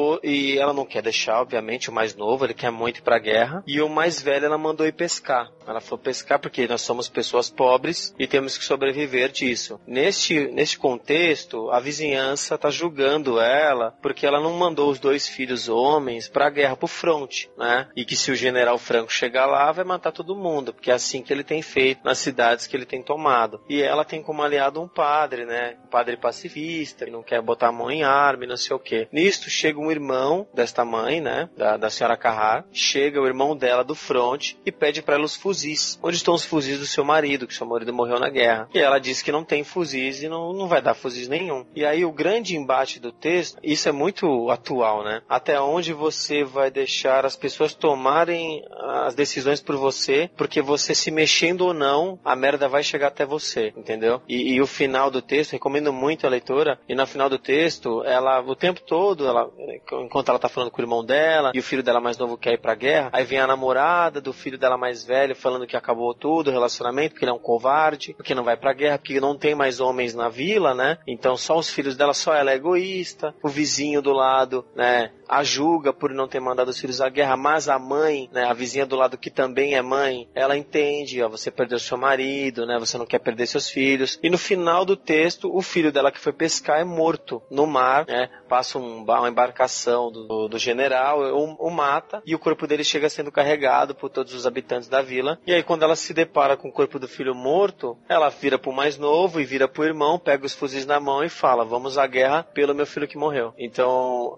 e ela não quer deixar, obviamente, o mais novo, ele quer muito ir pra guerra, e o mais velho ela mandou ir pescar. Ela foi pescar porque nós somos pessoas pobres e temos que sobreviver disso. Neste contexto, a vizinhança tá julgando ela porque ela não mandou os 2 filhos homens pra guerra, pro fronte, né? E que se o General Franco chegar lá, vai matar todo mundo, porque é assim que ele tem feito nas cidades que ele tem tomado. E ela tem como aliado um padre, né? Um padre pacifista, que não quer botar a mão em arma e não sei o quê. Nisto chega um irmão desta mãe, né? Da senhora Carrard. Chega o irmão dela do fronte e pede pra ela os fuzis. Onde estão os fuzis do seu marido? Que seu marido morreu na guerra. E ela diz que não tem fuzis e não vai dar fuzis nenhum. E aí o grande embate do texto, isso é muito atual, né? Até onde você vai deixar as pessoas tomarem as decisões por você, porque você se mexendo ou não, a merda vai chegar até você, entendeu? E o final do texto, recomendo muito a leitura, e no final do texto, ela, o tempo todo, enquanto ela tá falando com o irmão dela, e o filho dela mais novo quer ir pra guerra, aí vem a namorada do filho dela mais velho falando que acabou tudo, o relacionamento, porque ele é um covarde, porque não vai pra guerra, porque não tem mais homens na vila, né? Então só os filhos dela, só ela é egoísta. O vizinho do lado, né, a julga por não ter mandado os filhos à guerra, mas a mãe, né, a vizinha do lado que também é mãe, ela entende, ó, você perdeu seu marido, né, você não quer perder seus filhos. E no final do texto, o filho dela que foi pescar é morto no mar, né, passa uma embarcação do general, o mata, e o corpo dele chega sendo carregado por todos os habitantes da vila. E aí quando ela se depara com o corpo do filho morto, ela vira pro mais novo e vira pro irmão, pega os fuzis na mão e fala, vamos à guerra pelo meu filho que morreu. Então,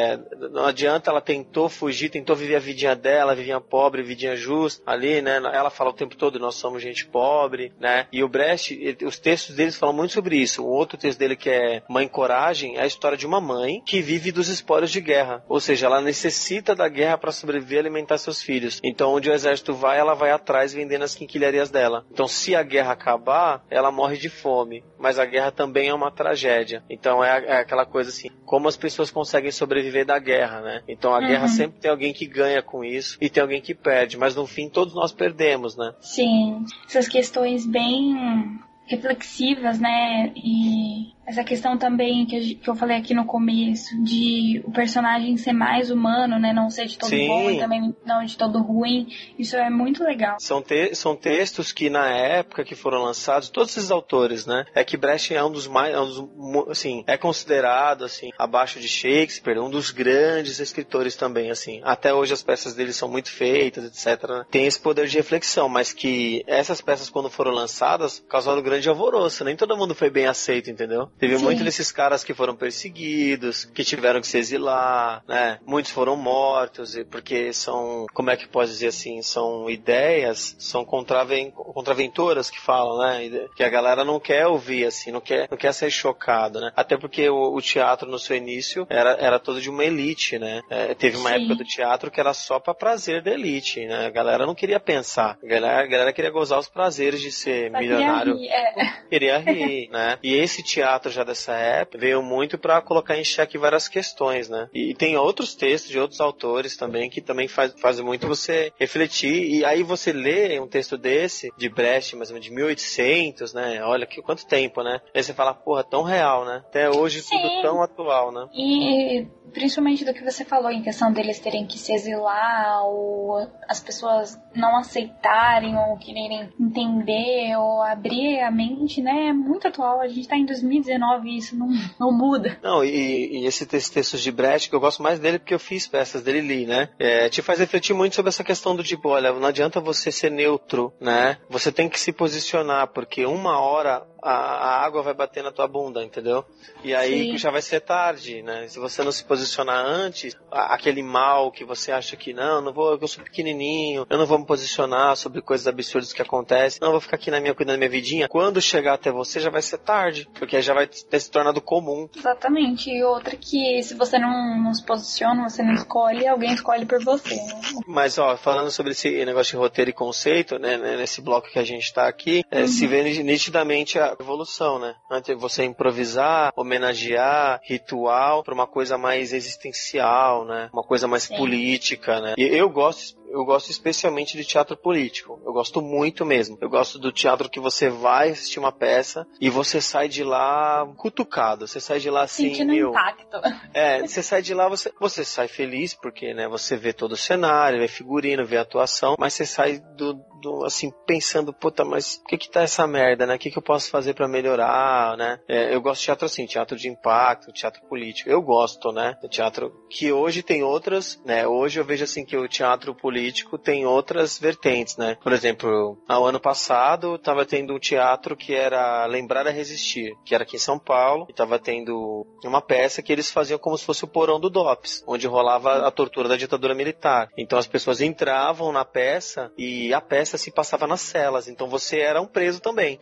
não adianta, ela tentou fugir, tentou viver a vidinha dela, vidinha pobre, vidinha justa, ali, né, ela fala o tempo todo, nós somos gente pobre, né, e o Brecht, os textos deles falam muito sobre isso. O outro texto dele que é Mãe Coragem, é a história de uma mãe que vive dos espólios de guerra, ou seja, ela necessita da guerra para sobreviver e alimentar seus filhos. Então, onde o exército vai, ela vai atrás vendendo as quinquilharias dela. Então, se a guerra acabar, ela morre de fome, mas a guerra também é uma tragédia. Então, é aquela coisa assim, como as pessoas conseguem sobreviver da guerra, né? Então, a guerra sempre tem alguém que ganha com isso e tem alguém que perde, mas no fim todos nós perdemos, né? Sim, essas questões bem reflexivas, né, e essa questão também que eu falei aqui no começo, de o personagem ser mais humano, né, não ser de todo bom e também não de todo ruim, isso é muito legal. São textos que na época que foram lançados, todos esses autores, né, é que Brecht é um dos mais, assim, é considerado, assim, abaixo de Shakespeare, um dos grandes escritores também, assim, até hoje as peças dele são muito feitas, etc, né? Tem esse poder de reflexão, mas que essas peças quando foram lançadas, causaram grande alvoroço, nem todo mundo foi bem aceito, entendeu? Teve muito desses caras que foram perseguidos, que tiveram que se exilar, né? Muitos foram mortos, porque são, como é que pode dizer assim, são ideias, são contraventoras que falam, né? Que a galera não quer ouvir, assim, não quer ser chocado, né? Até porque o teatro no seu início era todo de uma elite, né? Teve uma época do teatro que era só pra prazer da elite, né? A galera não queria pensar, a galera queria gozar os prazeres de ser milionário. Queria rir, né? E esse teatro já dessa época veio muito pra colocar em xeque várias questões, né? E tem outros textos de outros autores também que também fazem muito você refletir. E aí você lê um texto desse, de Brecht, mais ou menos de 1800, né? Olha que quanto tempo, né? Aí você fala, porra, tão real, né? Até hoje tudo tão atual, né? E principalmente do que você falou em questão deles terem que se exilar, ou as pessoas não aceitarem, ou quererem entender, ou abrir a mente, né? É muito atual. A gente tá em 2019 e isso não muda. Não, e esses textos de Brecht, que eu gosto mais dele porque eu fiz peças dele e li, né? Te faz refletir muito sobre essa questão do tipo, olha, não adianta você ser neutro, né? Você tem que se posicionar, porque uma hora a água vai bater na tua bunda, entendeu? E aí já vai ser tarde, né? Se você não se posicionar antes, aquele mal que você acha que não vou, eu sou pequenininho, eu não vou me posicionar sobre coisas absurdas que acontecem, não vou ficar aqui cuidando da minha vidinha. Quando chegar até você já vai ser tarde, porque já vai ter se tornado comum. Exatamente. E outra que se você não se posiciona, você não escolhe, alguém escolhe por você, né? Mas, ó, falando sobre esse negócio de roteiro e conceito, né, nesse bloco que a gente tá aqui, se vê nitidamente a evolução, né? Antes você improvisar, homenagear, ritual, para uma coisa mais existencial, né? Uma coisa mais política, né? E eu gosto especialmente de teatro político. Eu gosto muito mesmo. Eu gosto do teatro que você vai assistir uma peça e você sai de lá cutucado. Você sai de lá assim, sentindo impacto. Você sai de lá, você sai feliz porque, né, você vê todo o cenário, vê figurino, vê atuação, mas você sai assim, pensando, puta, mas o que tá essa merda, né? O que eu posso fazer pra melhorar, né? Eu gosto de teatro assim, teatro de impacto, teatro político. Eu gosto, né? O teatro que hoje tem outras, né? Hoje eu vejo assim que o teatro político tem outras vertentes, né? Por exemplo, ao ano passado tava tendo um teatro que era Lembrar a Resistir, que era aqui em São Paulo, e tava tendo uma peça que eles faziam como se fosse o porão do DOPS, onde rolava a tortura da ditadura militar. Então as pessoas entravam na peça e a peça se passava nas celas, então você era um preso também.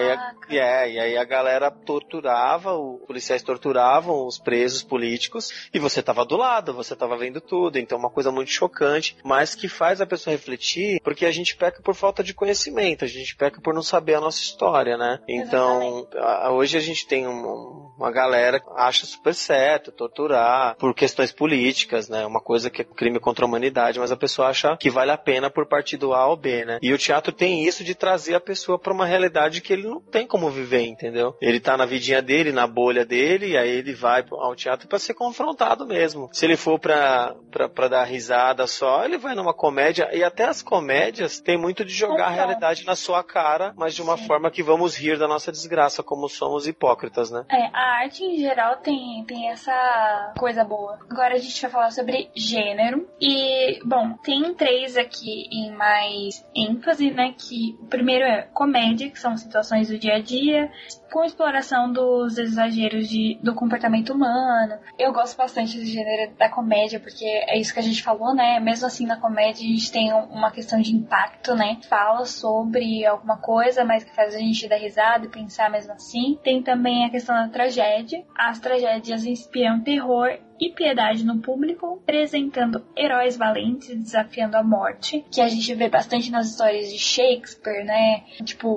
E aí a galera torturava, os policiais torturavam os presos políticos e você tava do lado, você tava vendo tudo, então uma coisa muito chocante, mas que faz a pessoa refletir, porque a gente peca por falta de conhecimento, a gente peca por não saber a nossa história, né? Então, hoje a gente tem uma galera que acha super certo torturar por questões políticas, né? Uma coisa que é crime contra a humanidade, mas a pessoa acha que vale a pena por partido A ou B, né? E o teatro tem isso de trazer a pessoa pra uma realidade que ele não tem como viver, entendeu? Ele tá na vidinha dele, na bolha dele, e aí ele vai ao teatro pra ser confrontado mesmo. Se ele for pra dar risada só, ele vai numa comédia, e até as comédias tem muito de jogar a realidade na sua cara, mas de uma forma que vamos rir da nossa desgraça, como somos hipócritas, né? A arte em geral tem essa coisa boa. Agora a gente vai falar sobre gênero. E, bom, tem 3 aqui em mais ênfase, né? Que o primeiro é comédia, que são situações do dia a dia, com exploração dos exageros do comportamento humano. Eu gosto bastante do gênero da comédia, porque é isso que a gente falou, né? Mesmo assim, na comédia a gente tem uma questão de impacto, né? Fala sobre alguma coisa, mas que faz a gente dar risada e pensar mesmo assim. Tem também a questão da tragédia. As tragédias inspiram terror e piedade no público, apresentando heróis valentes desafiando a morte, que a gente vê bastante nas histórias de Shakespeare, né? Tipo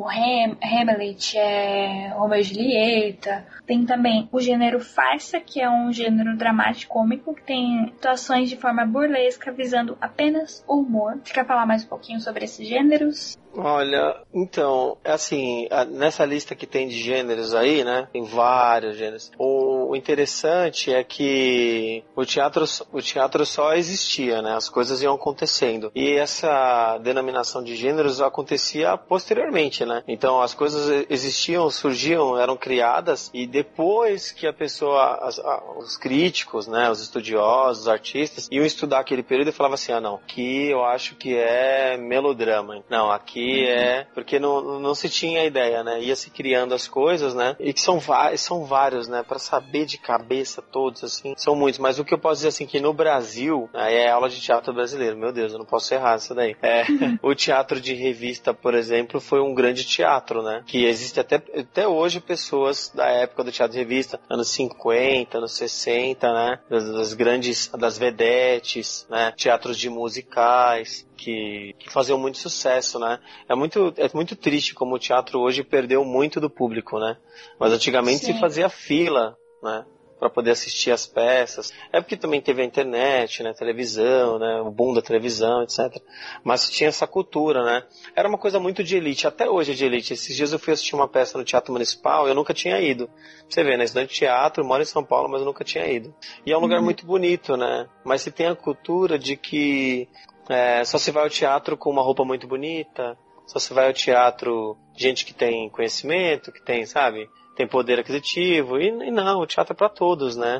Hamlet, Romeu e Julieta. Tem também o gênero farsa, que é um gênero dramático cômico, que tem situações de forma burlesca, visando apenas o humor. Você quer falar mais um pouquinho sobre esses gêneros? Olha, então, assim, nessa lista que tem de gêneros aí, né, tem vários gêneros. O interessante é que o teatro só existia, né, as coisas iam acontecendo. E essa denominação de gêneros acontecia posteriormente, né. Então as coisas existiam, surgiam, eram criadas, e depois que a pessoa, os críticos, né, os estudiosos, os artistas, iam estudar aquele período e falavam assim, não, aqui eu acho que é melodrama, não, aqui porque não se tinha ideia, né? Ia se criando as coisas, né? E que são vários, né? Para saber de cabeça todos, assim, são muitos. Mas o que eu posso dizer, assim, que no Brasil, aí é aula de teatro brasileiro, meu Deus, eu não posso errar isso daí. O teatro de revista, por exemplo, foi um grande teatro, né? Que existe até hoje pessoas da época do teatro de revista, anos 50, anos 60, né? Das vedetes, né? Teatros de musicais. Que faziam muito sucesso, né? É muito triste como o teatro hoje perdeu muito do público, né? Mas antigamente se fazia fila, né? Para poder assistir as peças. É porque também teve a internet, né? Televisão, né? O boom da televisão, etc. Mas tinha essa cultura, né? Era uma coisa muito de elite. Até hoje é de elite. Esses dias eu fui assistir uma peça no Teatro Municipal e eu nunca tinha ido. Você vê, né? Estudante de teatro, moro em São Paulo, mas eu nunca tinha ido. E é um lugar muito bonito, né? Mas se tem a cultura de que só se vai ao teatro com uma roupa muito bonita, só se vai ao teatro gente que tem conhecimento, que tem, sabe, tem poder aquisitivo, e não, o teatro é para todos, né?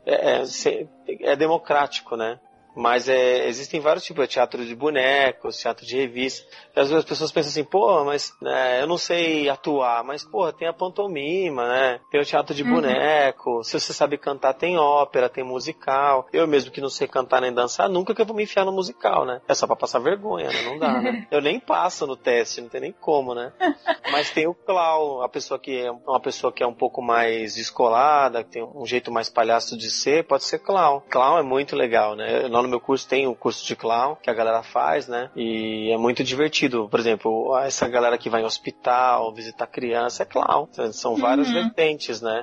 É democrático, né? Mas existem vários tipos, teatro de bonecos, teatro de revista. E às vezes as pessoas pensam assim, mas eu não sei atuar, mas tem a pantomima, né? Tem o teatro de boneco, se você sabe cantar tem ópera, tem musical. Eu mesmo que não sei cantar nem dançar, nunca que eu vou me enfiar no musical, né? É só pra passar vergonha, né? Não dá, né? Eu nem passo no teste, não tem nem como, né? Mas tem o clown, a pessoa que é uma pessoa que é um pouco mais descolada, que tem um jeito mais palhaço de ser, pode ser clown. Clown é muito legal, né? No meu curso tem o curso de clown que a galera faz, né? E é muito divertido. Por exemplo, essa galera que vai em hospital, visitar criança, é clown. São várias vertentes, né?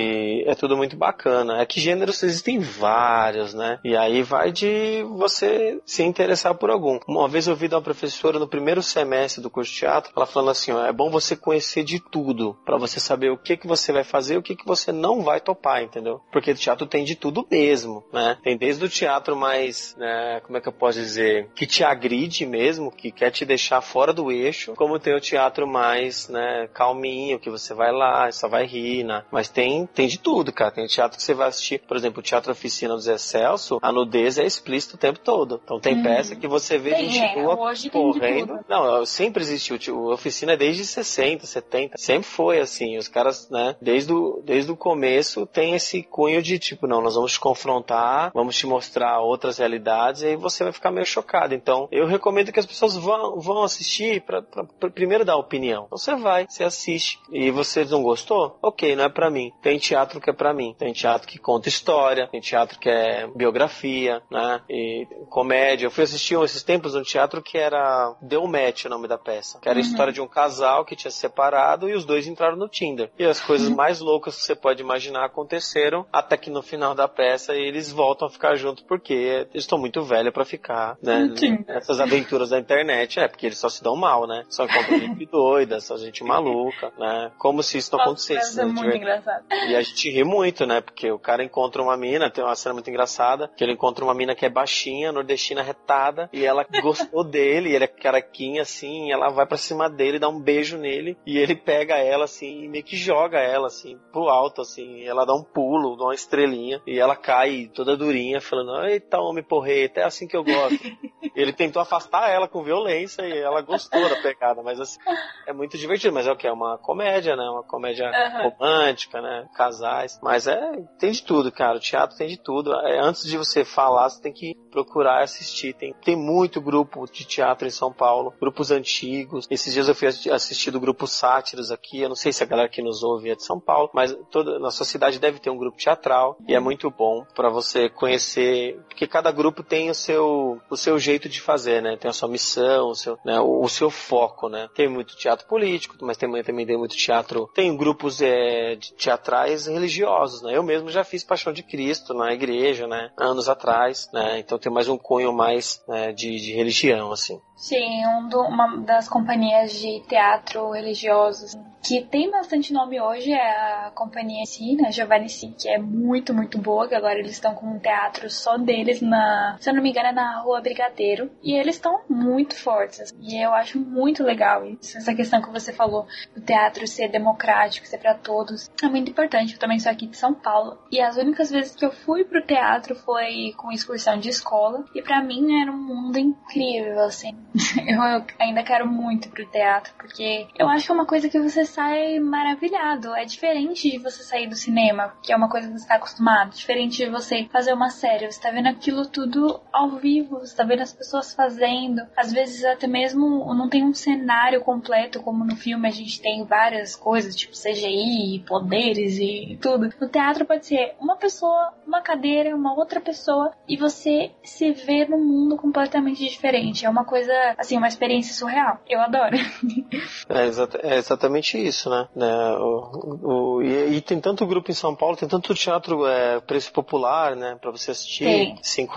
E é tudo muito bacana. É que gêneros existem vários, né? E aí vai de você se interessar por algum. Uma vez eu ouvi de uma professora no primeiro semestre do curso de teatro, ela falando assim, é bom você conhecer de tudo, pra você saber o que você vai fazer e o que você não vai topar, entendeu? Porque o teatro tem de tudo mesmo, né? Tem desde o teatro mais, como é que eu posso dizer, que te agride mesmo, que quer te deixar fora do eixo, como tem o teatro mais, né, calminho, que você vai lá, só vai rir, né? Mas tem de tudo, cara. Tem teatro que você vai assistir, por exemplo, o Teatro Oficina do Zé Celso, a nudez é explícita o tempo todo. Então tem peça que você vê gente nua correndo. Não, sempre existiu. O Oficina é desde 60, 70. Sempre foi assim. Os caras, né, desde o começo tem esse cunho de tipo, não, nós vamos te confrontar, vamos te mostrar outras realidades, e aí você vai ficar meio chocado. Então, eu recomendo que as pessoas vão assistir pra primeiro dar opinião. Então, você assiste. E você não gostou? Ok, não é pra mim. Tem teatro que é pra mim. Tem teatro que conta história, tem teatro que é biografia, né? E comédia. Eu fui assistir esses tempos um teatro que era Deu Match, o nome da peça. Que era a história de um casal que tinha se separado e os dois entraram no Tinder. E as coisas mais loucas que você pode imaginar aconteceram, até que no final da peça eles voltam a ficar juntos porque eles estão muito velhos pra ficar, né? Essas aventuras da internet, porque eles só se dão mal, né? Só encontram gente doida, só gente maluca, né? Como se isso não acontecesse. É muito engraçado. E a gente ri muito, né? Porque o cara encontra uma mina, tem uma cena muito engraçada, que ele encontra uma mina que é baixinha, nordestina retada, e ela gostou dele, e ele é caraquinha, assim, e ela vai pra cima dele, dá um beijo nele, e ele pega ela, assim, e meio que joga ela, assim, pro alto, assim, e ela dá um pulo, dá uma estrelinha, e ela cai toda durinha, falando, eita, homem porreta, é assim que eu gosto. Ele tentou afastar ela com violência, e ela gostou da pegada, mas assim, é muito divertido, mas é o que? É uma comédia, né? Uma comédia romântica, né? Casais, mas tem de tudo, cara, o teatro tem de tudo. Antes de você falar, você tem que procurar assistir, tem muito grupo de teatro em São Paulo, grupos antigos. Esses dias eu fui assistir do grupo Sátiros aqui, eu não sei se a galera que nos ouve é de São Paulo, mas na sua cidade deve ter um grupo teatral, e é muito bom pra você conhecer, porque cada grupo tem o seu jeito de fazer, né? Tem a sua missão, o seu foco, né? Tem muito teatro político, mas também tem muito teatro, tem grupos teatrais religiosos, né? Eu mesmo já fiz Paixão de Cristo na igreja, né? Anos atrás, né? Então tem mais um cunho mais de religião, assim. Sim, uma das companhias de teatro religiosos que tem bastante nome hoje é a companhia em si, né, Giovanni Si, que é muito, muito boa, que agora eles estão com um teatro só deles se eu não me engano, é na Rua Brigadeiro, e eles estão muito fortes, assim, e eu acho muito legal isso, essa questão que você falou, do teatro ser democrático, ser pra todos, é muito importante. Eu também sou aqui de São Paulo, e as únicas vezes que eu fui pro teatro foi com excursão de escola, e pra mim era um mundo incrível, assim. Eu ainda quero muito pro teatro, porque eu acho que é uma coisa que você sai maravilhado. É diferente de você sair do cinema, que é uma coisa que você tá acostumado. Diferente de você fazer uma série. Você tá vendo aquilo tudo ao vivo, você tá vendo as pessoas fazendo. Às vezes até mesmo não tem um cenário completo, como no filme a gente tem várias coisas, tipo CGI, poderes e tudo. No teatro pode ser uma pessoa, uma cadeira, uma outra pessoa, e você se vê num mundo completamente diferente. É uma coisa, assim, uma experiência surreal. Eu adoro. É exatamente isso, né? E tem tanto grupo em São Paulo, tem tanto teatro preço popular, né? Pra você assistir. R$5,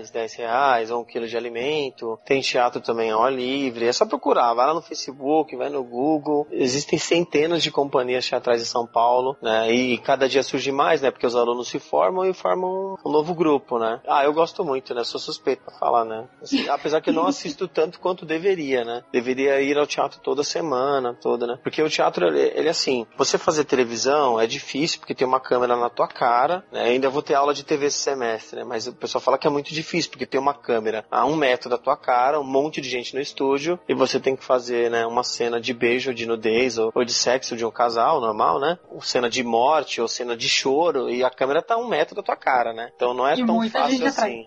R$10, ou 1 quilo de alimento. Tem teatro também ao ar livre. É só procurar. Vai lá no Facebook, vai no Google. Existem centenas de companhias teatrais em São Paulo, né? E cada dia surge mais, né? Porque os alunos se formam e formam um novo grupo, né? Eu gosto muito, né? Sou suspeito pra falar, né? Assim, apesar que eu não assisto tanto quanto deveria, né? Deveria ir ao teatro toda semana, né? Porque o teatro, ele assim, você fazer televisão é difícil, porque tem uma câmera na tua cara, né? Ainda vou ter aula de TV esse semestre, né? Mas o pessoal fala que é muito difícil, porque tem uma câmera a 1 metro da tua cara, um monte de gente no estúdio, e você tem que fazer, né, uma cena de beijo, de nudez, ou de sexo de um casal, normal, né? Ou cena de morte, ou cena de choro, e a câmera tá a 1 metro da tua cara, né? Então não é tão fácil assim.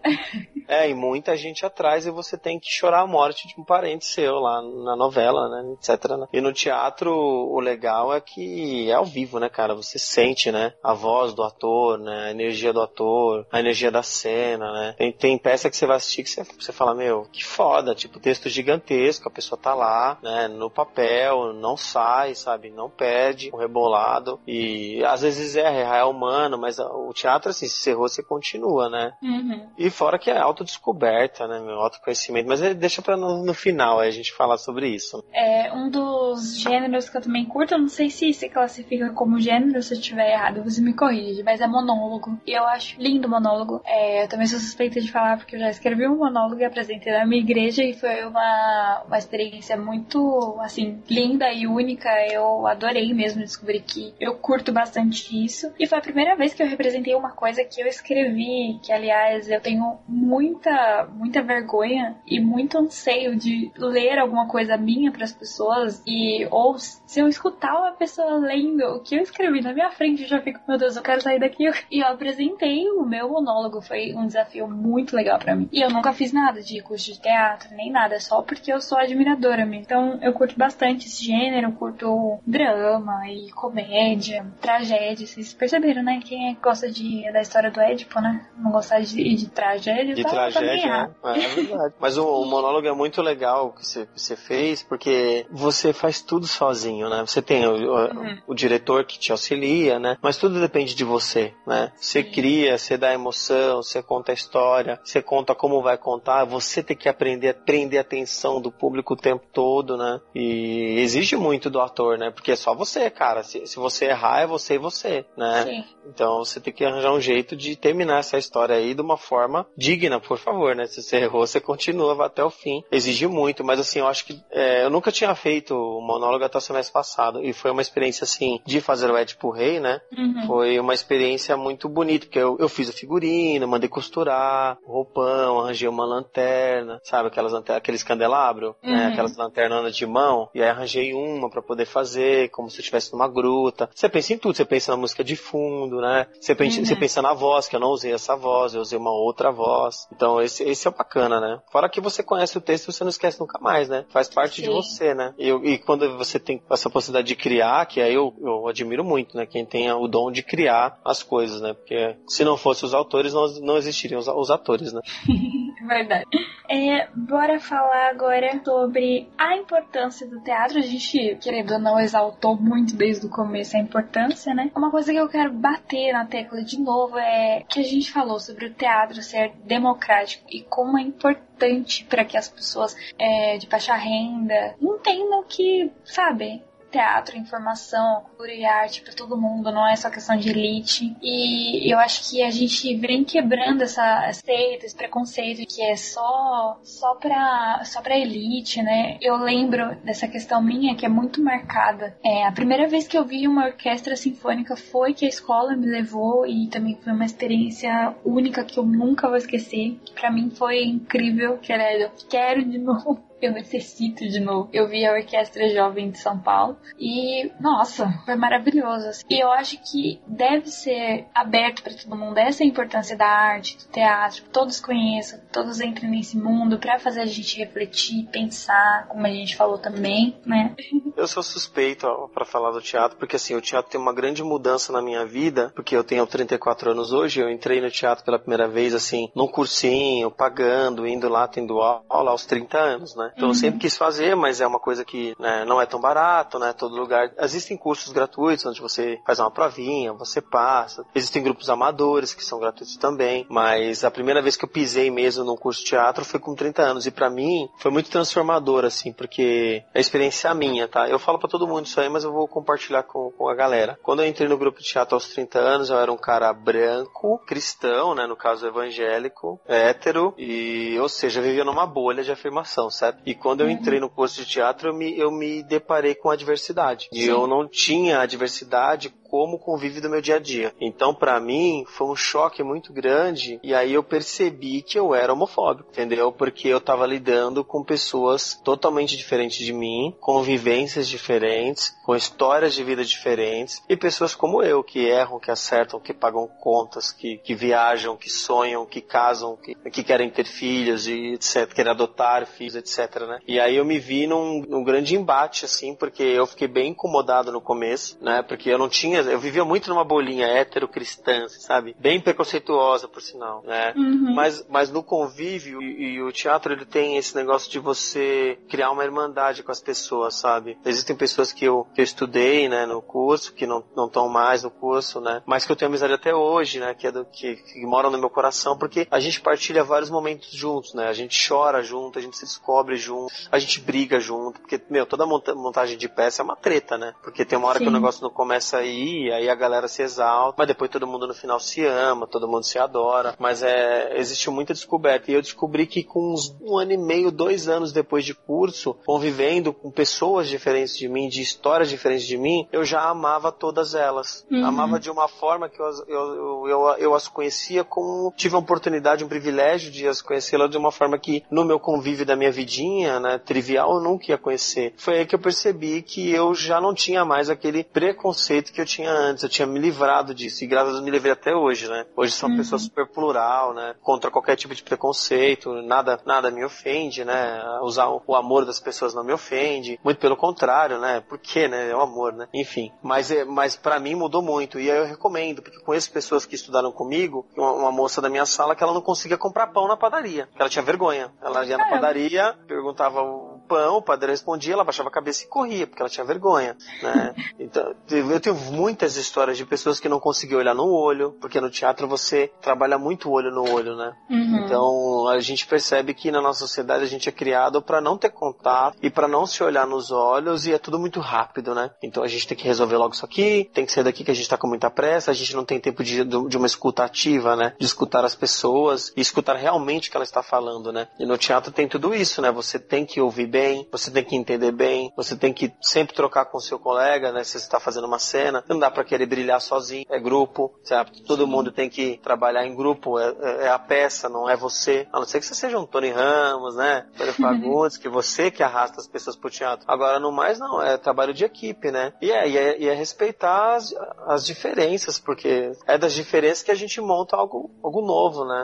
E muita gente atrás, e você tem que chorar a morte de um parente seu lá na novela, né, etc, né? E no teatro, o legal é que é ao vivo, né, cara? Você sente, né, a voz do ator, né, a energia do ator, a energia da cena, né? Tem peça que você vai assistir que você fala, meu, que foda, tipo, texto gigantesco, a pessoa tá lá, né, no papel, não sai, sabe? Não perde o rebolado, e às vezes é humano, mas o teatro, assim, se errou, você continua, né? Uhum. E fora que é autodescoberta, né, meu, autoconhecimento, mas deixa pra no final aí a gente falar sobre isso. Um dos gêneros que eu também curto, eu não sei se se classifica como gênero, se eu estiver errado, você me corrige, mas é monólogo. E eu acho lindo monólogo. Eu também sou suspeita de falar, porque eu já escrevi um monólogo e apresentei na minha igreja, e foi uma experiência muito, assim, linda e única. Eu adorei mesmo descobrir que eu curto bastante isso. E foi a primeira vez que eu representei uma coisa que eu escrevi, que, aliás, eu tenho muita, muita vergonha e muito anseio de ler alguma coisa minha para as pessoas, ou se eu escutar uma pessoa lendo o que eu escrevi na minha frente, eu já fico, meu Deus, eu quero sair daqui. E eu apresentei o meu monólogo, foi um desafio muito legal pra mim. E eu nunca fiz nada de curso de teatro, nem nada, só porque eu sou admiradora mesmo. Então eu curto bastante esse gênero, eu curto drama e comédia, tragédia. Vocês perceberam, né? Quem gosta da história do Édipo, né? Não gostar de tragédia, de tá tragédia, é verdade. Mas o monólogo é muito legal que você fez, porque você faz tudo sozinho, né? Você tem o diretor que te auxilia, né? Mas tudo depende de você, né? Você cria, você dá emoção, você conta a história, você conta como vai contar, você tem que aprender a prender a atenção do público o tempo todo, né? E exige muito do ator, né? Porque é só você, cara. Se você errar, é você e você, né? Sim. Então você tem que arranjar um jeito de terminar essa história aí de uma forma digna, por favor, né? Se você errou, você continua, vai até o fim. Exige muito, mas assim, eu acho que eu nunca tinha feito o monólogo até o semestre passado, e foi uma experiência assim, de fazer o Édipo Rei, né? Foi uma experiência muito bonita, porque eu fiz o figurino, mandei costurar, o roupão, arranjei uma lanterna, sabe? Aqueles candelabros, né? Aquelas lanternas de mão, e aí arranjei uma pra poder fazer, como se eu estivesse numa gruta. Você pensa em tudo, você pensa na música de fundo, né? Você pensa na voz, que eu não usei essa voz, eu usei uma outra voz. Então esse é bacana, né? Fora que você conhece o texto, você não esquece nunca mais, né? Faz parte de você, né? E quando você tem essa possibilidade de criar, que aí eu admiro muito, né? Quem tem o dom de criar as coisas, né? Porque se não fossem os autores, não existiriam os atores, né? Verdade. Bora falar agora sobre a importância do teatro. A gente, querendo ou não, exaltou muito desde o começo a importância, né? Uma coisa que eu quero bater na tecla de novo é que a gente falou sobre o teatro ser democrático e como é importante para que as pessoas de baixa renda entendam que, sabe, teatro, informação, cultura e arte para todo mundo, não é só questão de elite. E eu acho que a gente vem quebrando esse preconceito que é só pra elite, né? Eu lembro dessa questão minha que é muito marcada. A primeira vez que eu vi uma orquestra sinfônica foi que a escola me levou, e também foi uma experiência única que eu nunca vou esquecer. Pra mim foi incrível, quero de novo. Eu necessito de novo. Eu vi a Orquestra Jovem de São Paulo e, nossa, foi maravilhoso. E eu acho que deve ser aberto para todo mundo essa importância da arte, do teatro, que todos conheçam, que todos entrem nesse mundo para fazer a gente refletir, pensar, como a gente falou também, né? Eu sou suspeito para falar do teatro, porque assim, o teatro tem uma grande mudança na minha vida, porque eu tenho 34 anos hoje, eu entrei no teatro pela primeira vez, assim, num cursinho, pagando, indo lá, tendo aula aos 30 anos, né? Então eu sempre quis fazer, mas é uma coisa que, né, não é tão barato, né? Todo lugar. Existem cursos gratuitos onde você faz uma provinha, você passa. Existem grupos amadores que são gratuitos também. Mas a primeira vez que eu pisei mesmo num curso de teatro foi com 30 anos. E pra mim foi muito transformador, assim, porque é experiência minha, tá? Eu falo pra todo mundo isso aí, mas eu vou compartilhar com a galera. Quando eu entrei no grupo de teatro aos 30 anos, eu era um cara branco, cristão, né? No caso evangélico, hétero, e, ou seja, eu vivia numa bolha de afirmação, certo? E quando eu entrei no curso de teatro, eu me deparei com a diversidade. E eu não tinha a diversidade como convívio do meu dia a dia. Então, pra mim, foi um choque muito grande, e aí eu percebi que eu era homofóbico, entendeu? Porque eu tava lidando com pessoas totalmente diferentes de mim, com vivências diferentes, com histórias de vida diferentes, e pessoas como eu, que erram, que acertam, que pagam contas, que viajam, que sonham, que casam, que querem ter filhos, e etc., querem adotar filhos, etc., né? E aí eu me vi num grande embate, assim, porque eu fiquei bem incomodado no começo, né? Porque eu vivia muito numa bolinha hétero-cristã, sabe? Bem preconceituosa, por sinal, né? Mas no convívio, e o teatro, ele tem esse negócio de você criar uma irmandade com as pessoas, sabe? Existem pessoas que eu estudei, né, no curso, que não estão mais no curso, né? Mas que eu tenho amizade até hoje, né? Que moram no meu coração, porque a gente partilha vários momentos juntos, né? A gente chora junto, a gente se descobre junto, a gente briga junto, porque, toda montagem de peça é uma treta, né? Porque tem uma hora que o negócio não começa a ir, aí a galera se exalta, mas depois todo mundo no final se ama, todo mundo se adora, mas existiu muita descoberta, e eu descobri que com uns 1 ano e meio, 2 anos depois de curso, convivendo com pessoas diferentes de mim, de histórias diferentes de mim, eu já amava todas elas. Amava de uma forma que eu as conhecia como, tive a oportunidade, um privilégio de as conhecê-las de uma forma que no meu convívio da minha vidinha, né, trivial, eu nunca ia conhecer. Foi aí que eu percebi que eu já não tinha mais aquele preconceito que eu tinha tinha antes, eu tinha me livrado disso, e graças a Deus me livrei até hoje, né? Hoje sou uma pessoa super plural, né? Contra qualquer tipo de preconceito, nada me ofende, né? Usar o amor das pessoas não me ofende, muito pelo contrário, né? Por quê, né? É o amor, né? Enfim, mas pra mim mudou muito, e aí eu recomendo, porque conheço pessoas que estudaram comigo, uma moça da minha sala que ela não conseguia comprar pão na padaria, que ela tinha vergonha. Ela ia na padaria, perguntava o pão, o padeiro respondia, ela baixava a cabeça e corria, porque ela tinha vergonha, né? Então, eu tenho muitas histórias de pessoas que não conseguiam olhar no olho, porque no teatro você trabalha muito olho no olho, né? Então, a gente percebe que na nossa sociedade a gente é criado para não ter contato e para não se olhar nos olhos, e é tudo muito rápido, né? Então a gente tem que resolver logo isso aqui, tem que sair daqui que a gente tá com muita pressa, a gente não tem tempo de uma escuta ativa, né? De escutar as pessoas e escutar realmente o que ela está falando, né? E no teatro tem tudo isso, né? Você tem que ouvir bem, você tem que entender bem, você tem que sempre trocar com o seu colega, né? Se você está fazendo uma cena, não dá para querer brilhar sozinho, é grupo, sabe? Todo mundo tem que trabalhar em grupo, é a peça, não é você. A não ser que você seja um Tony Ramos, né? Tony Fagundes, que você que arrasta as pessoas pro teatro. Agora, no mais, não, é trabalho de equipe, né? E é respeitar as diferenças, porque é das diferenças que a gente monta algo novo, né?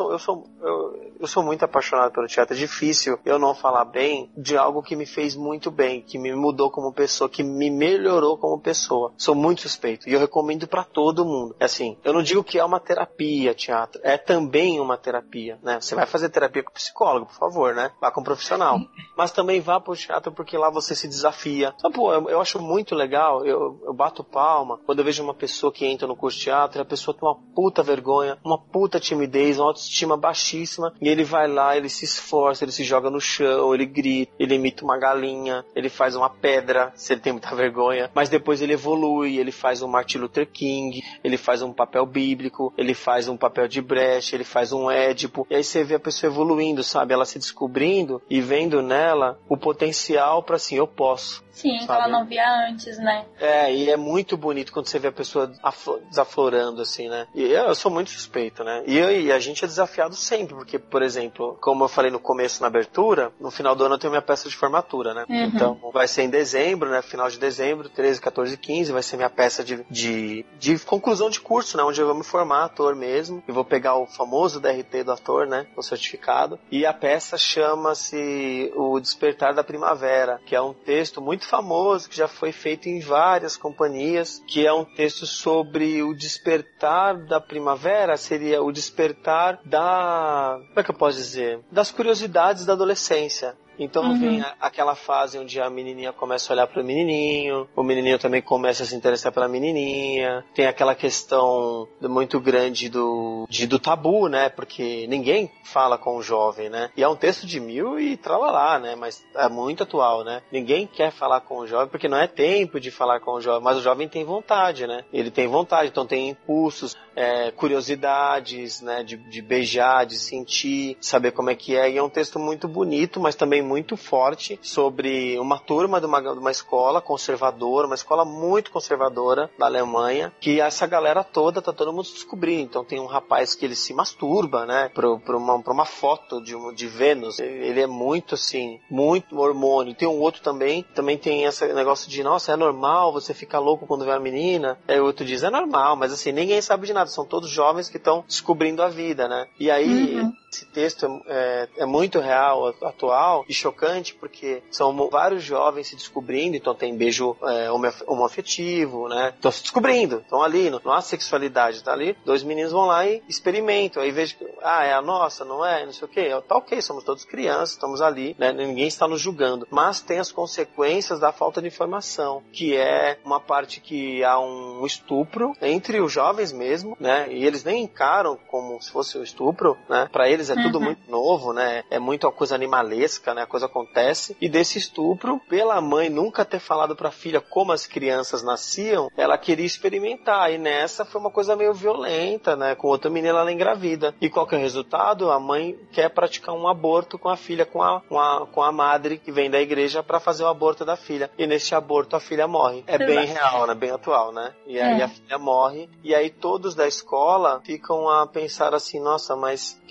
Eu sou muito apaixonado pelo teatro. É difícil eu não falar bem de algo que me fez muito bem, que me mudou como pessoa, que me melhorou como pessoa. Sou muito suspeito e eu recomendo pra todo mundo. Assim, eu não digo que é uma terapia, teatro. É também uma terapia, né? Você vai fazer terapia com psicólogo, por favor, né? Vá com um profissional. Mas também vá pro teatro porque lá você se desafia. Então, pô, eu acho muito legal, eu bato palma quando eu vejo uma pessoa que entra no curso de teatro e a pessoa tem uma puta vergonha, uma puta timidez, uma autoestima baixíssima, e ele vai lá, ele se esforça, ele se joga no chão, ele grita, ele imita uma galinha, ele faz uma pedra, se ele tem muita vergonha, mas depois ele evolui, ele faz um Martin Luther King, ele faz um papel bíblico, ele faz um papel de Brecht, ele faz um Édipo, e aí você vê a pessoa evoluindo, sabe? Ela se descobrindo e vendo nela o potencial pra assim, eu posso. Sim, que ela não via antes, né? E é muito bonito quando você vê a pessoa desaflorando, assim, né? E eu sou muito suspeito, né? E a gente é desafiado sempre, porque, por exemplo, como eu falei no começo, na abertura, no final do ano eu tenho minha peça de formatura, né? Então, vai ser em dezembro, né? Final de dezembro, 13, 14 e 15, vai ser minha peça de conclusão de curso, né? Onde eu vou me formar ator mesmo, e vou pegar o famoso DRT do ator, né? O certificado. E a peça chama-se O Despertar da Primavera, que é um texto muito famoso, que já foi feito em várias companhias, que é um texto sobre o despertar da primavera, seria o despertar como é que eu posso dizer? Das curiosidades da adolescência. Então vem aquela fase onde a menininha começa a olhar para o menininho também começa a se interessar pela menininha, tem aquela questão muito grande do tabu, né, porque ninguém fala com o jovem, né, e é um texto de 1000 e tralalá, né, mas é muito atual, né, ninguém quer falar com o jovem porque não é tempo de falar com o jovem, mas o jovem tem vontade, né, ele tem vontade, então tem impulsos, curiosidades, né, de beijar, de sentir, saber como é que é, e é um texto muito bonito, mas também muito forte sobre uma turma de uma escola conservadora, uma escola muito conservadora da Alemanha, que essa galera toda tá todo mundo se descobrindo. Então tem um rapaz que ele se masturba, né, pra uma foto de Vênus. Ele é muito assim, muito hormônio. Tem um outro também tem esse negócio de, nossa, é normal você ficar louco quando vê uma menina. Aí o outro diz, é normal, mas assim, ninguém sabe de nada. São todos jovens que estão descobrindo a vida, né. E aí, esse texto é muito real, atual e chocante, porque são vários jovens se descobrindo, então tem beijo homoafetivo, né? Estão se descobrindo, estão ali, não há sexualidade, tá ali, 2 meninos vão lá e experimentam, aí vejo que, é a nossa, não é, não sei o que, tá ok, somos todos crianças, estamos ali, né? Ninguém está nos julgando, mas tem as consequências da falta de informação, que é uma parte que há um estupro entre os jovens mesmo, né? E eles nem encaram como se fosse um estupro, né? Pra eles é tudo muito novo, né? É muito uma coisa animalesca, né? A coisa acontece, e desse estupro, pela mãe nunca ter falado pra filha como as crianças nasciam, ela queria experimentar, e nessa foi uma coisa meio violenta, né? Com outra menina ela engravida. E qual que é o resultado? A mãe quer praticar um aborto com a filha, com a madre que vem da igreja pra fazer o aborto da filha. E nesse aborto a filha morre. É bem real, né? Bem atual, né? E aí a filha morre, e aí todos da escola ficam a pensar assim, nossa, mas o que a gente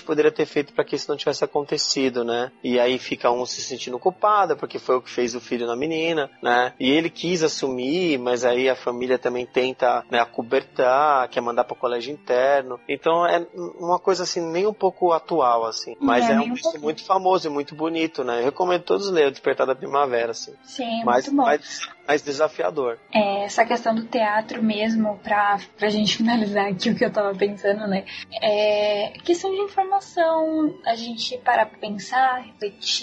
poderia ter feito para que isso não tivesse acontecido, né? E aí fica um se sentindo culpado, porque foi o que fez o filho na menina, né? E ele quis assumir, mas aí a família também tenta, né, acobertar, quer mandar para o colégio interno. Então é uma coisa assim, nem um pouco atual, assim. Mas é um livro muito famoso e muito bonito, né? Eu recomendo todos lerem, O Despertar da Primavera, assim. Sim, muito bom. Mais desafiador. Essa questão do teatro mesmo, pra gente finalizar aqui o que eu tava pensando, né? Questão de informação, a gente parar pra pensar, refletir,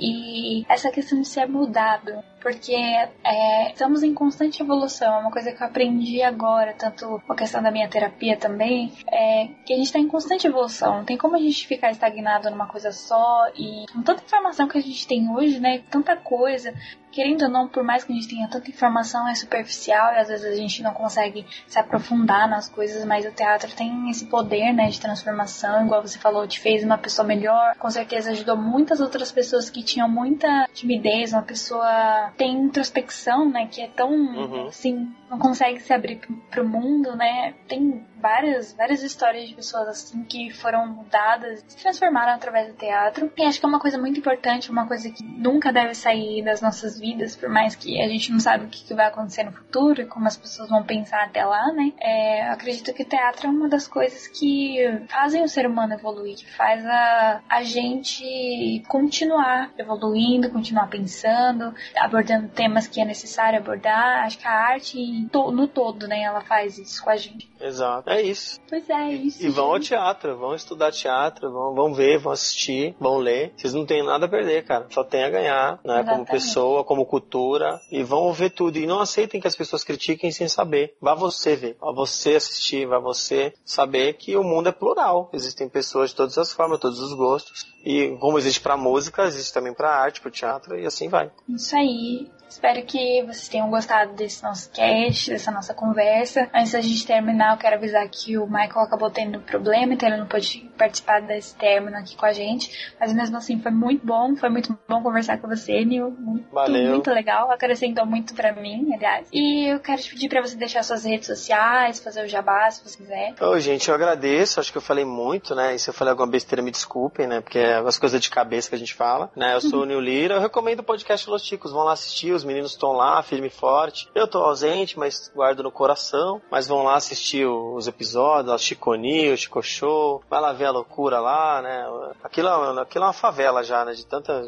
e essa questão de ser mudado. Porque estamos em constante evolução, é uma coisa que eu aprendi agora, tanto a questão da minha terapia também, que a gente está em constante evolução, não tem como a gente ficar estagnado numa coisa só, e com tanta informação que a gente tem hoje, né, tanta coisa, querendo ou não, por mais que a gente tenha tanta informação, é superficial e às vezes a gente não consegue se aprofundar nas coisas, mas o teatro tem esse poder, né, de transformação, igual você falou, te fez uma pessoa melhor, com certeza ajudou muitas outras pessoas que tinham muita timidez, uma pessoa tem introspecção, né, que é tão, assim, não consegue se abrir pro mundo, né, tem várias histórias de pessoas assim que foram mudadas, se transformaram através do teatro, e acho que é uma coisa muito importante, uma coisa que nunca deve sair das nossas vidas, por mais que a gente não sabe o que vai acontecer no futuro e como as pessoas vão pensar até lá, né, eu acredito que o teatro é uma das coisas que fazem o ser humano evoluir, que faz a gente continuar evoluindo, continuar pensando, abordando temas que é necessário abordar. Acho que a arte no todo, né, ela faz isso com a gente. Exato, é isso. Pois é isso. E vão ao teatro, vão estudar teatro, vão ver, vão assistir, vão ler. Vocês não têm nada a perder, cara. Só tem a ganhar, né? Exatamente. Como pessoa, como cultura. E vão ver tudo. E não aceitem que as pessoas critiquem sem saber. Vá você ver, vá você assistir, vá você saber que o mundo é plural. Existem pessoas de todas as formas, todos os gostos. E como existe pra música, existe também pra arte, pro teatro, e assim vai. Isso aí. Espero que vocês tenham gostado desse nosso cast, dessa nossa conversa. Antes da gente terminar, eu quero avisar que o Michael acabou tendo problema, então ele não pôde participar desse término aqui com a gente. Mas mesmo assim, foi muito bom conversar com você, Nil. Valeu. Muito legal, acrescentou muito pra mim, aliás. E eu quero te pedir pra você deixar suas redes sociais, fazer o jabá, se você quiser. Gente, eu agradeço, acho que eu falei muito, né? E se eu falei alguma besteira, me desculpem, né? Porque é as coisas de cabeça que a gente fala, né? Eu sou o Nil Lira, eu recomendo o podcast Los Chicos, vão lá assistir, os meninos estão lá, firme e forte. Eu tô ausente, mas guardo no coração. Mas vão lá assistir os episódios, o Chico News, o Chico Show. Vai lá ver a loucura lá, né? Aquilo é uma favela já, né? De tanta...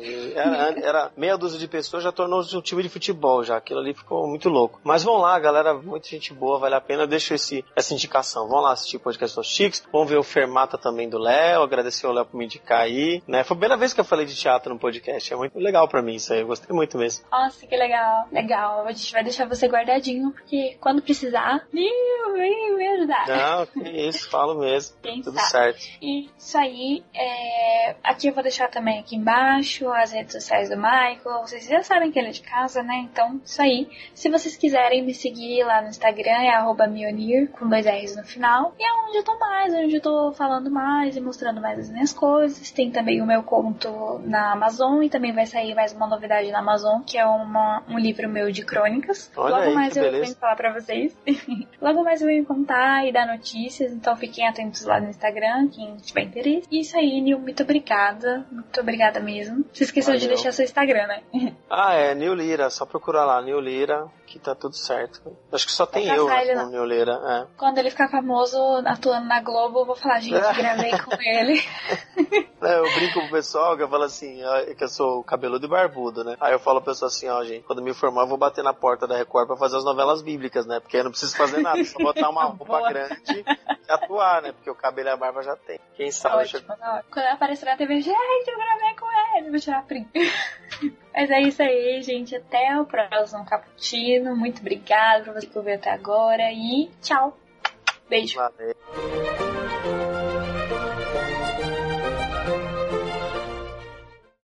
Era meia dúzia de pessoas, já tornou-se um time de futebol já. Aquilo ali ficou muito louco. Mas vão lá, galera, muita gente boa, vale a pena. Eu deixo essa indicação. Vão lá assistir o podcast Los Chicos. Vão ver o Fermata também do Léo. Agradecer ao Léo por me indicar aí, né? Foi a primeira vez que eu falei de teatro no podcast. É muito legal pra mim isso aí. Eu gostei muito mesmo. Nossa, que legal. Legal, a gente vai deixar você guardadinho, porque quando precisar, vem me ajudar. Não, que isso, falo mesmo. Quem Tudo sabe. certo. E isso aí, aqui eu vou deixar também aqui embaixo as redes sociais do Michael. Vocês já sabem que ele é de casa, né? Então, isso aí. Se vocês quiserem me seguir lá no Instagram, é @mionir, com 2 R's no final. E é onde eu tô mais, onde eu tô falando mais e mostrando mais as minhas coisas. Tem também o meu conto na Amazon, e também vai sair mais uma novidade na Amazon, que é um livro meu de crônicas. Olha Logo aí, mais eu beleza. venho falar pra vocês. Logo mais eu venho contar e dar notícias, então fiquem atentos lá no Instagram, quem tiver interesse. E isso aí, Nil, muito obrigada. Muito obrigada mesmo. Você esqueceu de deixar seu Instagram, né? É Nil Lira, só procurar lá, Nil Lira, que tá tudo certo. Acho que só tem eu com o Nil Lira. Quando ele ficar famoso atuando na Globo, eu vou falar, gente, gravei com ele. Eu brinco com o pessoal que eu falo assim, que eu sou cabeludo e barbudo, né? Aí eu falo pro pessoal assim, gente, quando me formar eu vou bater na porta da Record pra fazer as novelas bíblicas, né? Porque eu não preciso fazer nada, só botar uma roupa grande e atuar, né? Porque o cabelo e a barba já tem. Quem sabe... Quando eu aparecer na TV, gente, eu gravei com ele, vou tirar print. Mas é isso aí, gente. Até o próximo Cappuccino. Muito obrigada por você que ouviu até agora. E tchau. Beijo. Valeu.